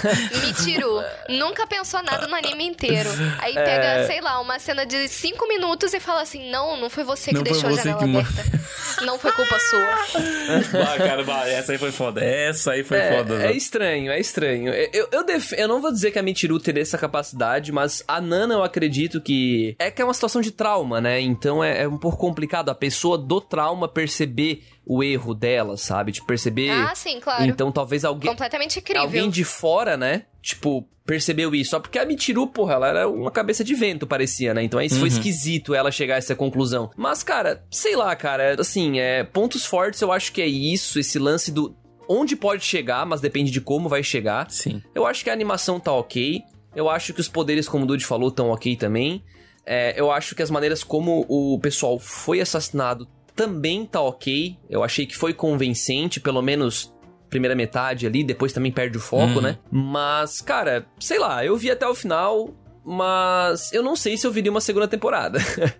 Michiru nunca pensou nada no anime inteiro. Aí pega, sei lá, uma cena de 5 minutos e fala assim, não foi você que deixou a janela aberta. Não foi culpa sua. Cara, essa aí foi foda. Essa aí foi foda. É estranho, é estranho. Eu não vou dizer que a Michiru teria essa capacidade, mas a Nana eu acredito que é uma situação de trauma, né? Então é um pouco complicado a pessoa do trauma perceber o erro dela, sabe? De perceber... Ah, sim, claro. Então talvez completamente incrível. Alguém de fora, né? Tipo, percebeu isso. Só porque a Michiru, porra, ela era uma cabeça de vento, parecia, né? Então isso foi esquisito ela chegar a essa conclusão. Mas, cara, sei lá, cara. Assim, pontos fortes eu acho que é isso. Esse lance do... Onde pode chegar, mas depende de como vai chegar. Sim. Eu acho que a animação tá ok. Eu acho que os poderes, como o Dude falou, tão ok também. Eu acho que as maneiras como o pessoal foi assassinado também tá ok. Eu achei que foi convincente, pelo menos primeira metade ali, depois também perde o foco, né? Mas, cara, sei lá, eu vi até o final, mas eu não sei se eu viria uma segunda temporada.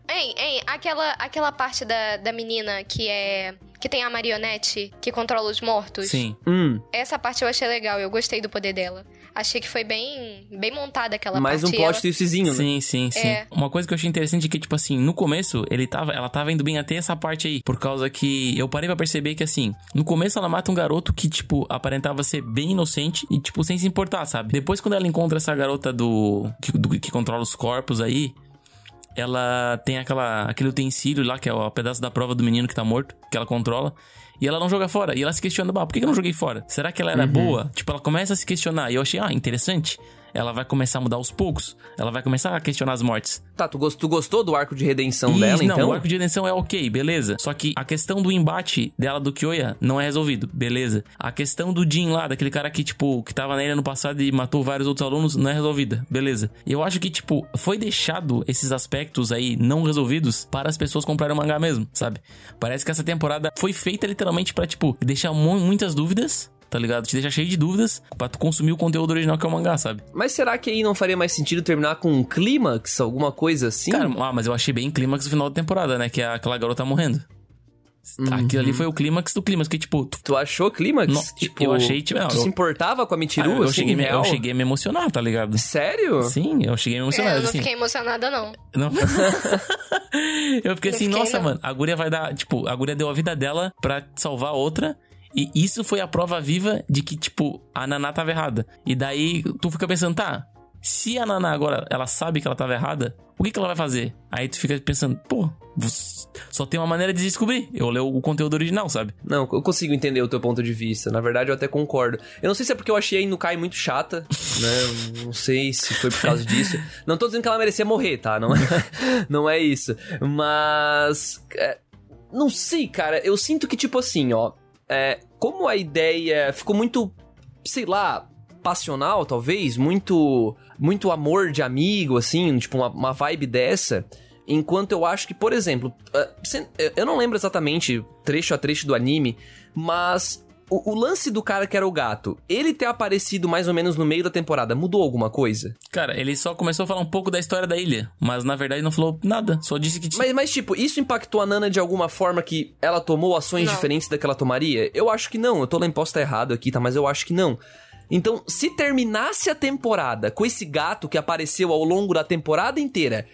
Aquela parte da menina que tem a marionete que controla os mortos. Sim. Essa parte eu achei legal, eu gostei do poder dela. Achei que foi bem montada aquela Mais parte. um plot twistzinho, né? Sim. É. Uma coisa que eu achei interessante é que, tipo assim, no começo, ela tava indo bem até essa parte aí. Por causa que eu parei pra perceber que, assim, no começo ela mata um garoto que, tipo, aparentava ser bem inocente e, tipo, sem se importar, sabe? Depois, quando ela encontra essa garota que controla os corpos aí, ela tem aquele utensílio lá, que é o pedaço da prova do menino que tá morto, que ela controla. E ela não joga fora. E ela se questiona, por que eu não joguei fora? Será que ela era boa? Tipo, ela começa a se questionar. E eu achei, interessante. Ela vai começar a mudar aos poucos. Ela vai começar a questionar as mortes. Tá, tu gostou do arco de redenção dela, então? Não, o arco de redenção é ok, beleza. Só que a questão do embate dela do Kyoya não é resolvido, beleza. A questão do Jin lá, daquele cara que, tipo, que tava na ilha no passado e matou vários outros alunos, não é resolvida, beleza. E eu acho que, tipo, foi deixado esses aspectos aí não resolvidos para as pessoas comprarem o mangá mesmo, sabe? Parece que essa temporada foi feita literalmente pra, tipo, deixar muitas dúvidas, tá ligado? Te deixar cheio de dúvidas pra tu consumir o conteúdo original que é o mangá, sabe? Mas será que aí não faria mais sentido terminar com um clímax, alguma coisa assim? Cara, mas eu achei bem clímax no final da temporada, né? Que é aquela garota morrendo. Aquilo ali foi o clímax do clímax, que tipo... Tu achou clímax? Não, tipo, eu achei... Tipo, tu se importava com a Michiru, eu assim, eu cheguei a me emocionar, tá ligado? Sério? Sim, eu cheguei a me emocionar, Eu não assim. fiquei emocionada, não. Não. Eu fiquei assim, nossa, mano, a guria vai dar... Tipo, a guria deu a vida dela pra salvar a outra... E isso foi a prova viva de que, tipo, a Naná tava errada. E daí, tu fica pensando, tá, se a Naná agora, ela sabe que ela tava errada, o que ela vai fazer? Aí tu fica pensando, pô, só tem uma maneira de descobrir. Eu leio o conteúdo original, sabe? Não, eu consigo entender o teu ponto de vista. Na verdade, eu até concordo. Eu não sei se é porque eu achei a Inukai muito chata, né? Não sei se foi por causa disso. Não tô dizendo que ela merecia morrer, tá? Não é isso. Mas... não sei, cara. Eu sinto que, tipo assim, ó... como a ideia ficou muito, sei lá, passional, talvez, muito amor de amigo, assim, tipo uma vibe dessa, enquanto eu acho que, por exemplo, eu não lembro exatamente trecho a trecho do anime, mas o lance do cara que era o gato, ele ter aparecido mais ou menos no meio da temporada, mudou alguma coisa? Cara, ele só começou a falar um pouco da história da ilha, mas na verdade não falou nada, só disse que... Mas tipo, isso impactou a Nana de alguma forma que ela tomou ações diferentes da que ela tomaria? Eu acho que não, posso estar errado aqui, tá? Mas eu acho que não. Então, se terminasse a temporada com esse gato que apareceu ao longo da temporada inteira,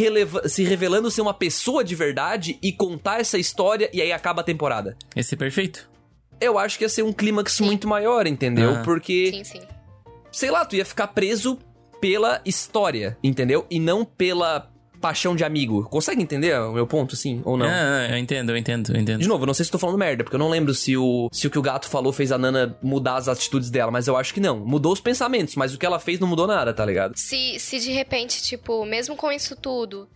se revelando ser uma pessoa de verdade e contar essa história, e aí acaba a temporada. Ia ser perfeito. Eu acho que ia ser um clímax muito maior, entendeu? Porque, Sim. sei lá, tu ia ficar preso pela história, entendeu? E não pela paixão de amigo. Consegue entender o meu ponto, assim, ou não? Eu entendo. De novo, eu não sei se tô falando merda, porque eu não lembro se o que o gato falou fez a Nana mudar as atitudes dela, mas eu acho que não. Mudou os pensamentos, mas o que ela fez não mudou nada, tá ligado? Se de repente, tipo, mesmo com isso tudo,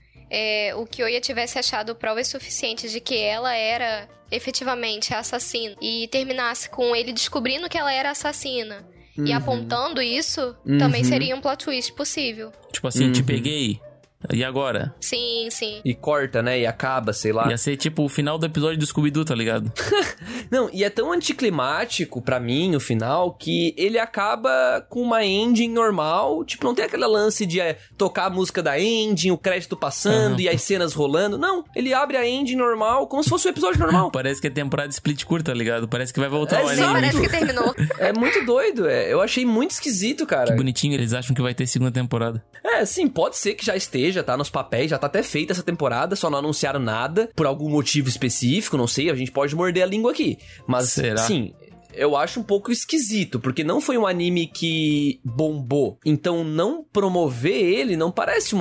o Kyoya tivesse achado provas suficientes de que ela era efetivamente a assassina e terminasse com ele descobrindo que ela era assassina e apontando isso, também seria um plot twist possível. Tipo assim, te peguei. E agora? Sim. E corta, né? E acaba, sei lá. Ia ser tipo o final do episódio do Scooby-Doo, tá ligado? Não, e é tão anticlimático pra mim, o final, que ele acaba com uma ending normal. Tipo, não tem aquele lance de tocar a música da ending, o crédito passando e as cenas rolando. Não, ele abre a ending normal, como se fosse um episódio normal. Parece que é temporada de split curta, tá ligado? Parece que vai voltar o anime. Sim, parece que terminou. É muito doido, eu achei muito esquisito, cara. Que bonitinho, eles acham que vai ter segunda temporada. Sim, pode ser que já esteja, tá nos papéis, já tá até feita essa temporada, só não anunciaram nada, por algum motivo específico, não sei, a gente pode morder a língua aqui. Mas, será? Sim, eu acho um pouco esquisito, porque não foi um anime que bombou. Então, não promover ele não parece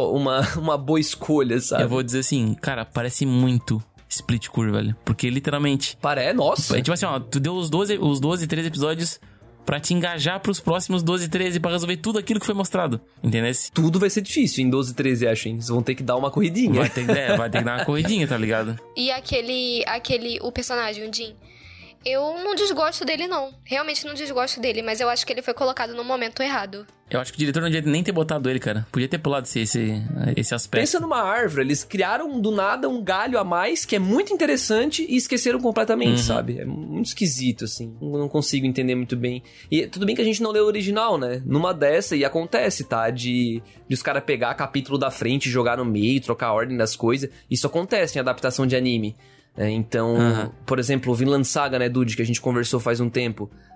uma boa escolha, sabe? Eu vou dizer assim, cara, parece muito Split Curve, velho. Porque literalmente... Nossa. Tipo assim, ó, tu deu os 12, 13 episódios pra te engajar pros próximos 12, 13 pra resolver tudo aquilo que foi mostrado, entendeu? Tudo vai ser difícil em 12, 13, acho, hein? Vocês vão ter que dar uma corridinha. Vai ter que dar uma corridinha, tá ligado? E o personagem, o Jin, eu não desgosto dele, não. Realmente não desgosto dele, mas eu acho que ele foi colocado no momento errado. Eu acho que o diretor não devia nem ter botado ele, cara. Podia ter pulado esse aspecto. Pensa numa árvore, eles criaram do nada um galho a mais que é muito interessante e esqueceram completamente, sabe? É muito esquisito, assim. Não consigo entender muito bem. E tudo bem que a gente não leu o original, né? Numa dessa, e acontece, tá? De os caras pegar capítulo da frente, jogar no meio, trocar a ordem das coisas. Isso acontece em adaptação de anime. Então, por exemplo, o Vinland Saga, né, Dude, que a gente conversou faz um tempo.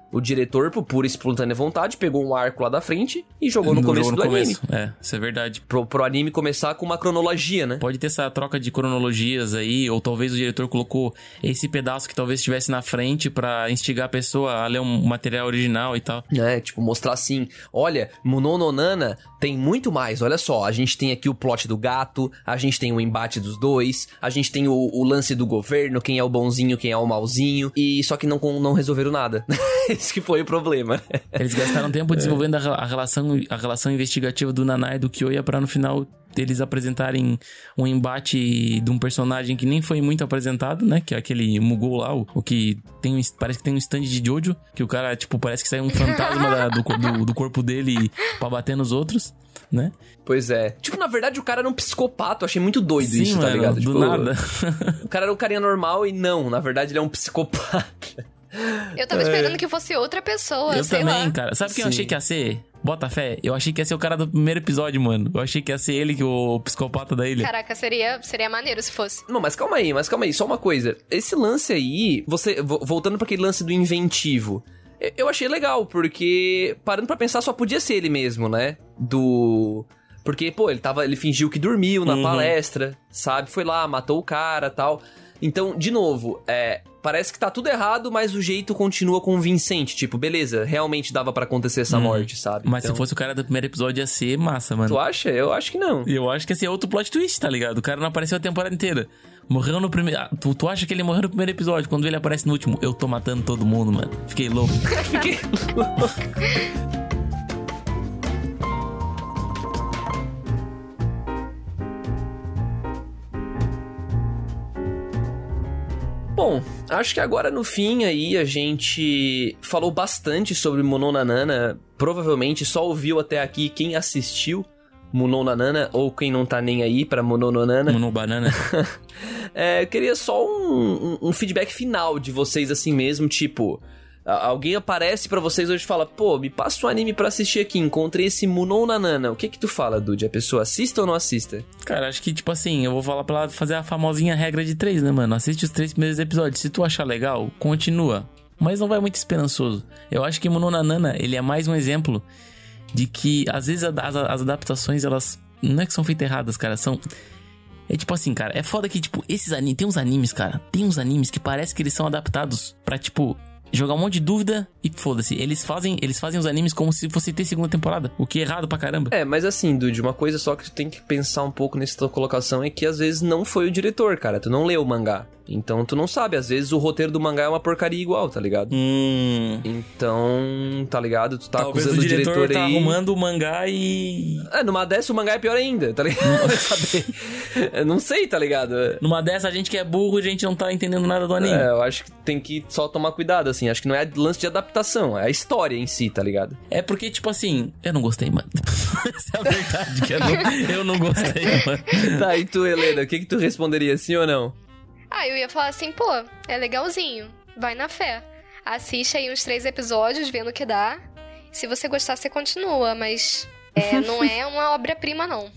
O diretor, por pura e espontânea vontade, pegou um arco lá da frente e jogou no começo do anime. É, isso é verdade. Pro anime começar com uma cronologia, né? Pode ter essa troca de cronologias aí, ou talvez o diretor colocou esse pedaço que talvez estivesse na frente pra instigar a pessoa a ler um material original e tal. É, tipo, mostrar assim, olha, Munou no Nana tem muito mais, olha só, a gente tem aqui o plot do gato, a gente tem o embate dos dois, a gente tem o lance do governo, quem é o bonzinho, quem é o malzinho, e só que não resolveram nada. Esse que foi o problema. Eles gastaram tempo desenvolvendo a relação investigativa do Naná e do Kyoya pra no final eles apresentarem um embate de um personagem que nem foi muito apresentado, né? Que é aquele Mugou lá, o que tem parece que tem um stand de Jojo, que o cara, tipo, parece que sai um fantasma do corpo dele pra bater nos outros, né? Pois é. Tipo, na verdade, o cara era um psicopata. Eu achei muito doido. Sim, isso, mano, tá ligado? Do tipo, nada. O cara era um carinha normal e não, na verdade, ele é um psicopata. Eu tava esperando que fosse outra pessoa, Eu sei também, lá. cara. Sabe quem eu achei que ia ser? Bota fé. Eu achei que ia ser o cara do primeiro episódio, mano. Eu achei que ia ser ele, que o psicopata da ilha. Caraca, seria maneiro se fosse. Não, mas calma aí. Só uma coisa. Esse lance aí, voltando pra aquele lance do inventivo, eu achei legal, porque, parando pra pensar, só podia ser ele mesmo, né? Porque, pô, ele fingiu que dormiu na palestra, sabe? Foi lá, matou o cara e tal. Então, de novo, parece que tá tudo errado, mas o jeito continua convincente. Tipo, beleza, realmente dava pra acontecer essa morte, sabe? Mas então, se fosse o cara do primeiro episódio, ia ser massa, mano. Tu acha? Eu acho que não. Eu acho que ia ser outro plot twist, tá ligado? O cara não apareceu a temporada inteira. Morreu no primeiro... Tu acha que ele morreu no primeiro episódio? Quando ele aparece no último, eu tô matando todo mundo, mano. Fiquei louco. Fiquei louco. Bom, acho que agora no fim aí a gente falou bastante sobre Munou no Nana. Provavelmente só ouviu até aqui quem assistiu Munou no Nana ou quem não tá nem aí pra Munou no Nana. Munou banana. Eu queria só um feedback final de vocês assim mesmo, tipo... Alguém aparece pra vocês hoje e fala, pô, me passa um anime pra assistir aqui, encontrei esse Munou no Nana. O que tu fala, Dude? A pessoa assista ou não assista? Cara, acho que, tipo assim, eu vou falar pra ela fazer a famosinha regra de 3, né, mano? Assiste os 3 primeiros episódios. Se tu achar legal, continua. Mas não vai muito esperançoso. Eu acho que Munou no Nana, ele é mais um exemplo de que, às vezes, as adaptações, elas... Não é que são feitas erradas, cara, são... É tipo assim, cara, é foda que, tipo, esses animes... Tem uns animes, cara, que parece que eles são adaptados pra, tipo... jogar um monte de dúvida e foda-se. Eles fazem os animes como se fosse ter segunda temporada. O que é errado pra caramba. Mas assim, Dude, uma coisa só que tu tem que pensar um pouco nessa tua colocação é que às vezes não foi o diretor, cara. Tu não leu o mangá. Então tu não sabe. Às vezes o roteiro do mangá é uma porcaria igual, tá ligado? Então, tá ligado? Tu tá talvez acusando o diretor tá aí... arrumando o mangá e... numa dessa o mangá é pior ainda, tá ligado? Não sei, tá ligado? Numa dessa a gente que é burro, a gente não tá entendendo nada do anime. Eu acho que tem que só tomar cuidado, assim. Acho que não é lance de adaptação, é a história em si, tá ligado? É porque, tipo assim, eu não gostei, mano. Essa é a verdade, que eu não gostei, mano. Tá, e tu, Helena, o que tu responderia, sim ou não? Eu ia falar assim, pô, é legalzinho, vai na fé. Assiste aí uns 3 episódios, vendo o que dá. Se você gostar, você continua, mas não é uma obra-prima, não.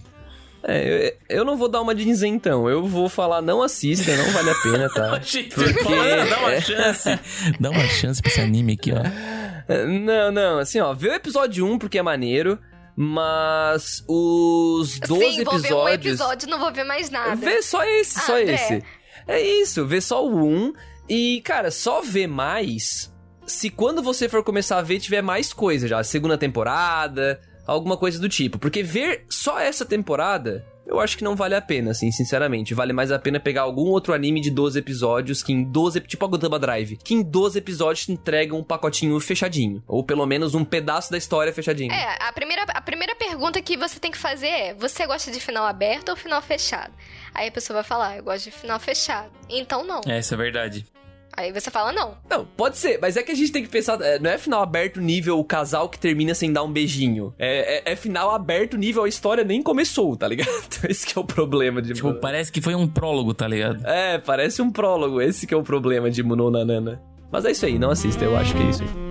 Eu não vou dar uma de isentão. Eu vou falar, não assista, não vale a pena, tá? Dá uma chance. Dá uma chance pra esse anime aqui, ó. Não, assim, ó, vê o episódio 1 porque é maneiro, mas os 12 Sim, vou ver um episódio, não vou ver mais nada. Vê só esse, André. esse. É isso, vê só o 1 e, cara, só vê mais se quando você for começar a ver tiver mais coisa já, segunda temporada, alguma coisa do tipo. Porque ver só essa temporada, eu acho que não vale a pena, assim, sinceramente. Vale mais a pena pegar algum outro anime de 12 episódios, que em 12... Tipo a Gotama Drive, que em 12 episódios te entrega um pacotinho fechadinho. Ou pelo menos um pedaço da história fechadinho. A primeira pergunta que você tem que fazer é, você gosta de final aberto ou final fechado? Aí a pessoa vai falar, eu gosto de final fechado. Então não. Isso é verdade. Aí você fala não. Não, pode ser, mas é que a gente tem que pensar... não é final aberto nível o casal que termina sem dar um beijinho. É final aberto nível a história nem começou, tá ligado? Esse que é o problema de... Tipo, parece que foi um prólogo, tá ligado? Parece um prólogo. Esse que é o problema de Munou no Nana. Mas é isso aí, não assista, eu acho que é isso aí.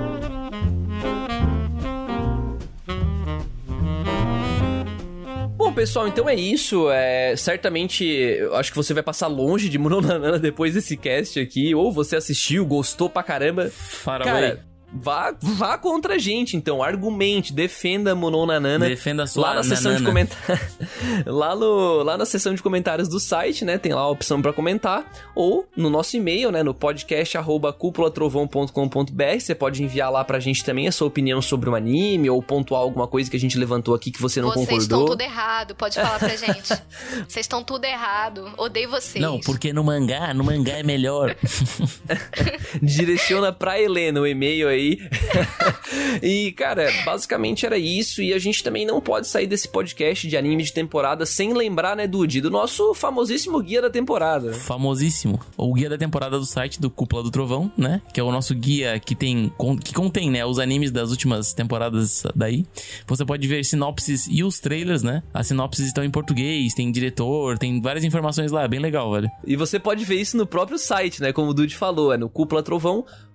Bom, pessoal, então é isso. Certamente, eu acho que você vai passar longe de Mono Nanana depois desse cast aqui. Ou você assistiu, gostou pra caramba. Cara, vá contra a gente, então. Argumente, defenda Mono Nanana. Defenda a sua lá na seção de comentários. lá na seção de comentários do site, né? Tem lá a opção pra comentar. Ou no nosso e-mail, né? No podcast@cupulatrovão.com.br. Você pode enviar lá pra gente também a sua opinião sobre o anime, ou pontuar alguma coisa que a gente levantou aqui que você não concordou. Vocês estão tudo errado, pode falar pra gente. Vocês estão tudo errado. Odeio vocês. Não, porque no mangá é melhor. Direciona pra Helena o e-mail aí. E, cara, basicamente era isso. E a gente também não pode sair desse podcast de anime de temporada sem lembrar, né, Dude, do nosso famosíssimo guia da temporada. Famosíssimo. O guia da temporada do site do Cúpula do Trovão, né? Que é o nosso guia que contém, né, os animes das últimas temporadas daí. Você pode ver sinopses e os trailers, né? As sinopses estão em português, tem diretor, tem várias informações lá, bem legal, velho. E você pode ver isso no próprio site, né? Como o Dude falou, é no cupulatrovão.com.br.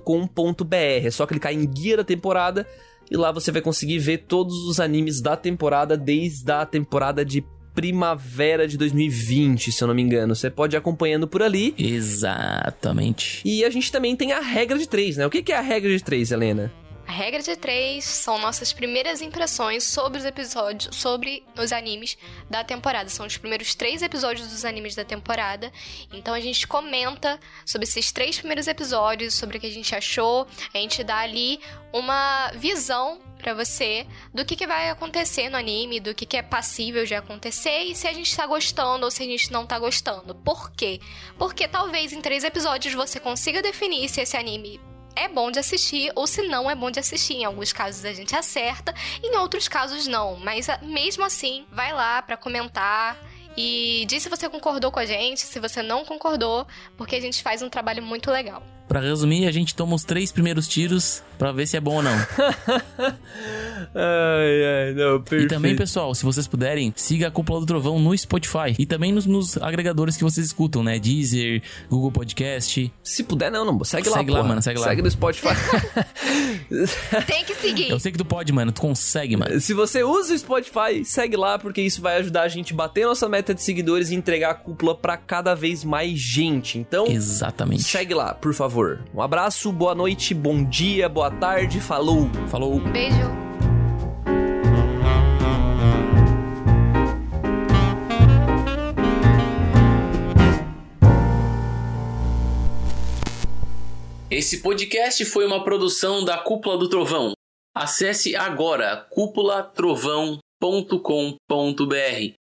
É só clicar em guia da temporada e lá você vai conseguir ver todos os animes da temporada, desde a temporada de primavera de 2020, se eu não me engano. Você pode ir acompanhando por ali. Exatamente. E a gente também tem a regra de 3, né? O que é a regra de 3, Helena? A regra de 3 são nossas primeiras impressões sobre os episódios, sobre os animes da temporada. São os primeiros 3 episódios dos animes da temporada. Então a gente comenta sobre esses 3 primeiros episódios, sobre o que a gente achou. A gente dá ali uma visão pra você do que vai acontecer no anime, do que é passível de acontecer e se a gente tá gostando ou se a gente não tá gostando. Por quê? Porque talvez em 3 episódios você consiga definir se esse anime é bom de assistir ou se não é bom de assistir. Em alguns casos a gente acerta, em outros casos não. Mas mesmo assim, vai lá pra comentar e diz se você concordou com a gente, se você não concordou, porque a gente faz um trabalho muito legal. Pra resumir, a gente toma os 3 primeiros tiros pra ver se é bom ou não. Não, perfeito. E também, pessoal, se vocês puderem, siga a Cúpula do Trovão no Spotify e também nos agregadores que vocês escutam, né? Deezer, Google Podcast. Se puder, não. Segue lá, segue lá, mano, segue lá. Segue no Spotify. Tem que seguir. Eu sei que tu pode, mano. Tu consegue, mano. Se você usa o Spotify, segue lá, porque isso vai ajudar a gente a bater nossa meta de seguidores e entregar a cúpula pra cada vez mais gente. Então, exatamente. Segue lá, por favor. Um abraço, boa noite, bom dia, boa tarde, falou. Falou. Beijo. Esse podcast foi uma produção da Cúpula do Trovão. Acesse agora cupulatrovão.com.br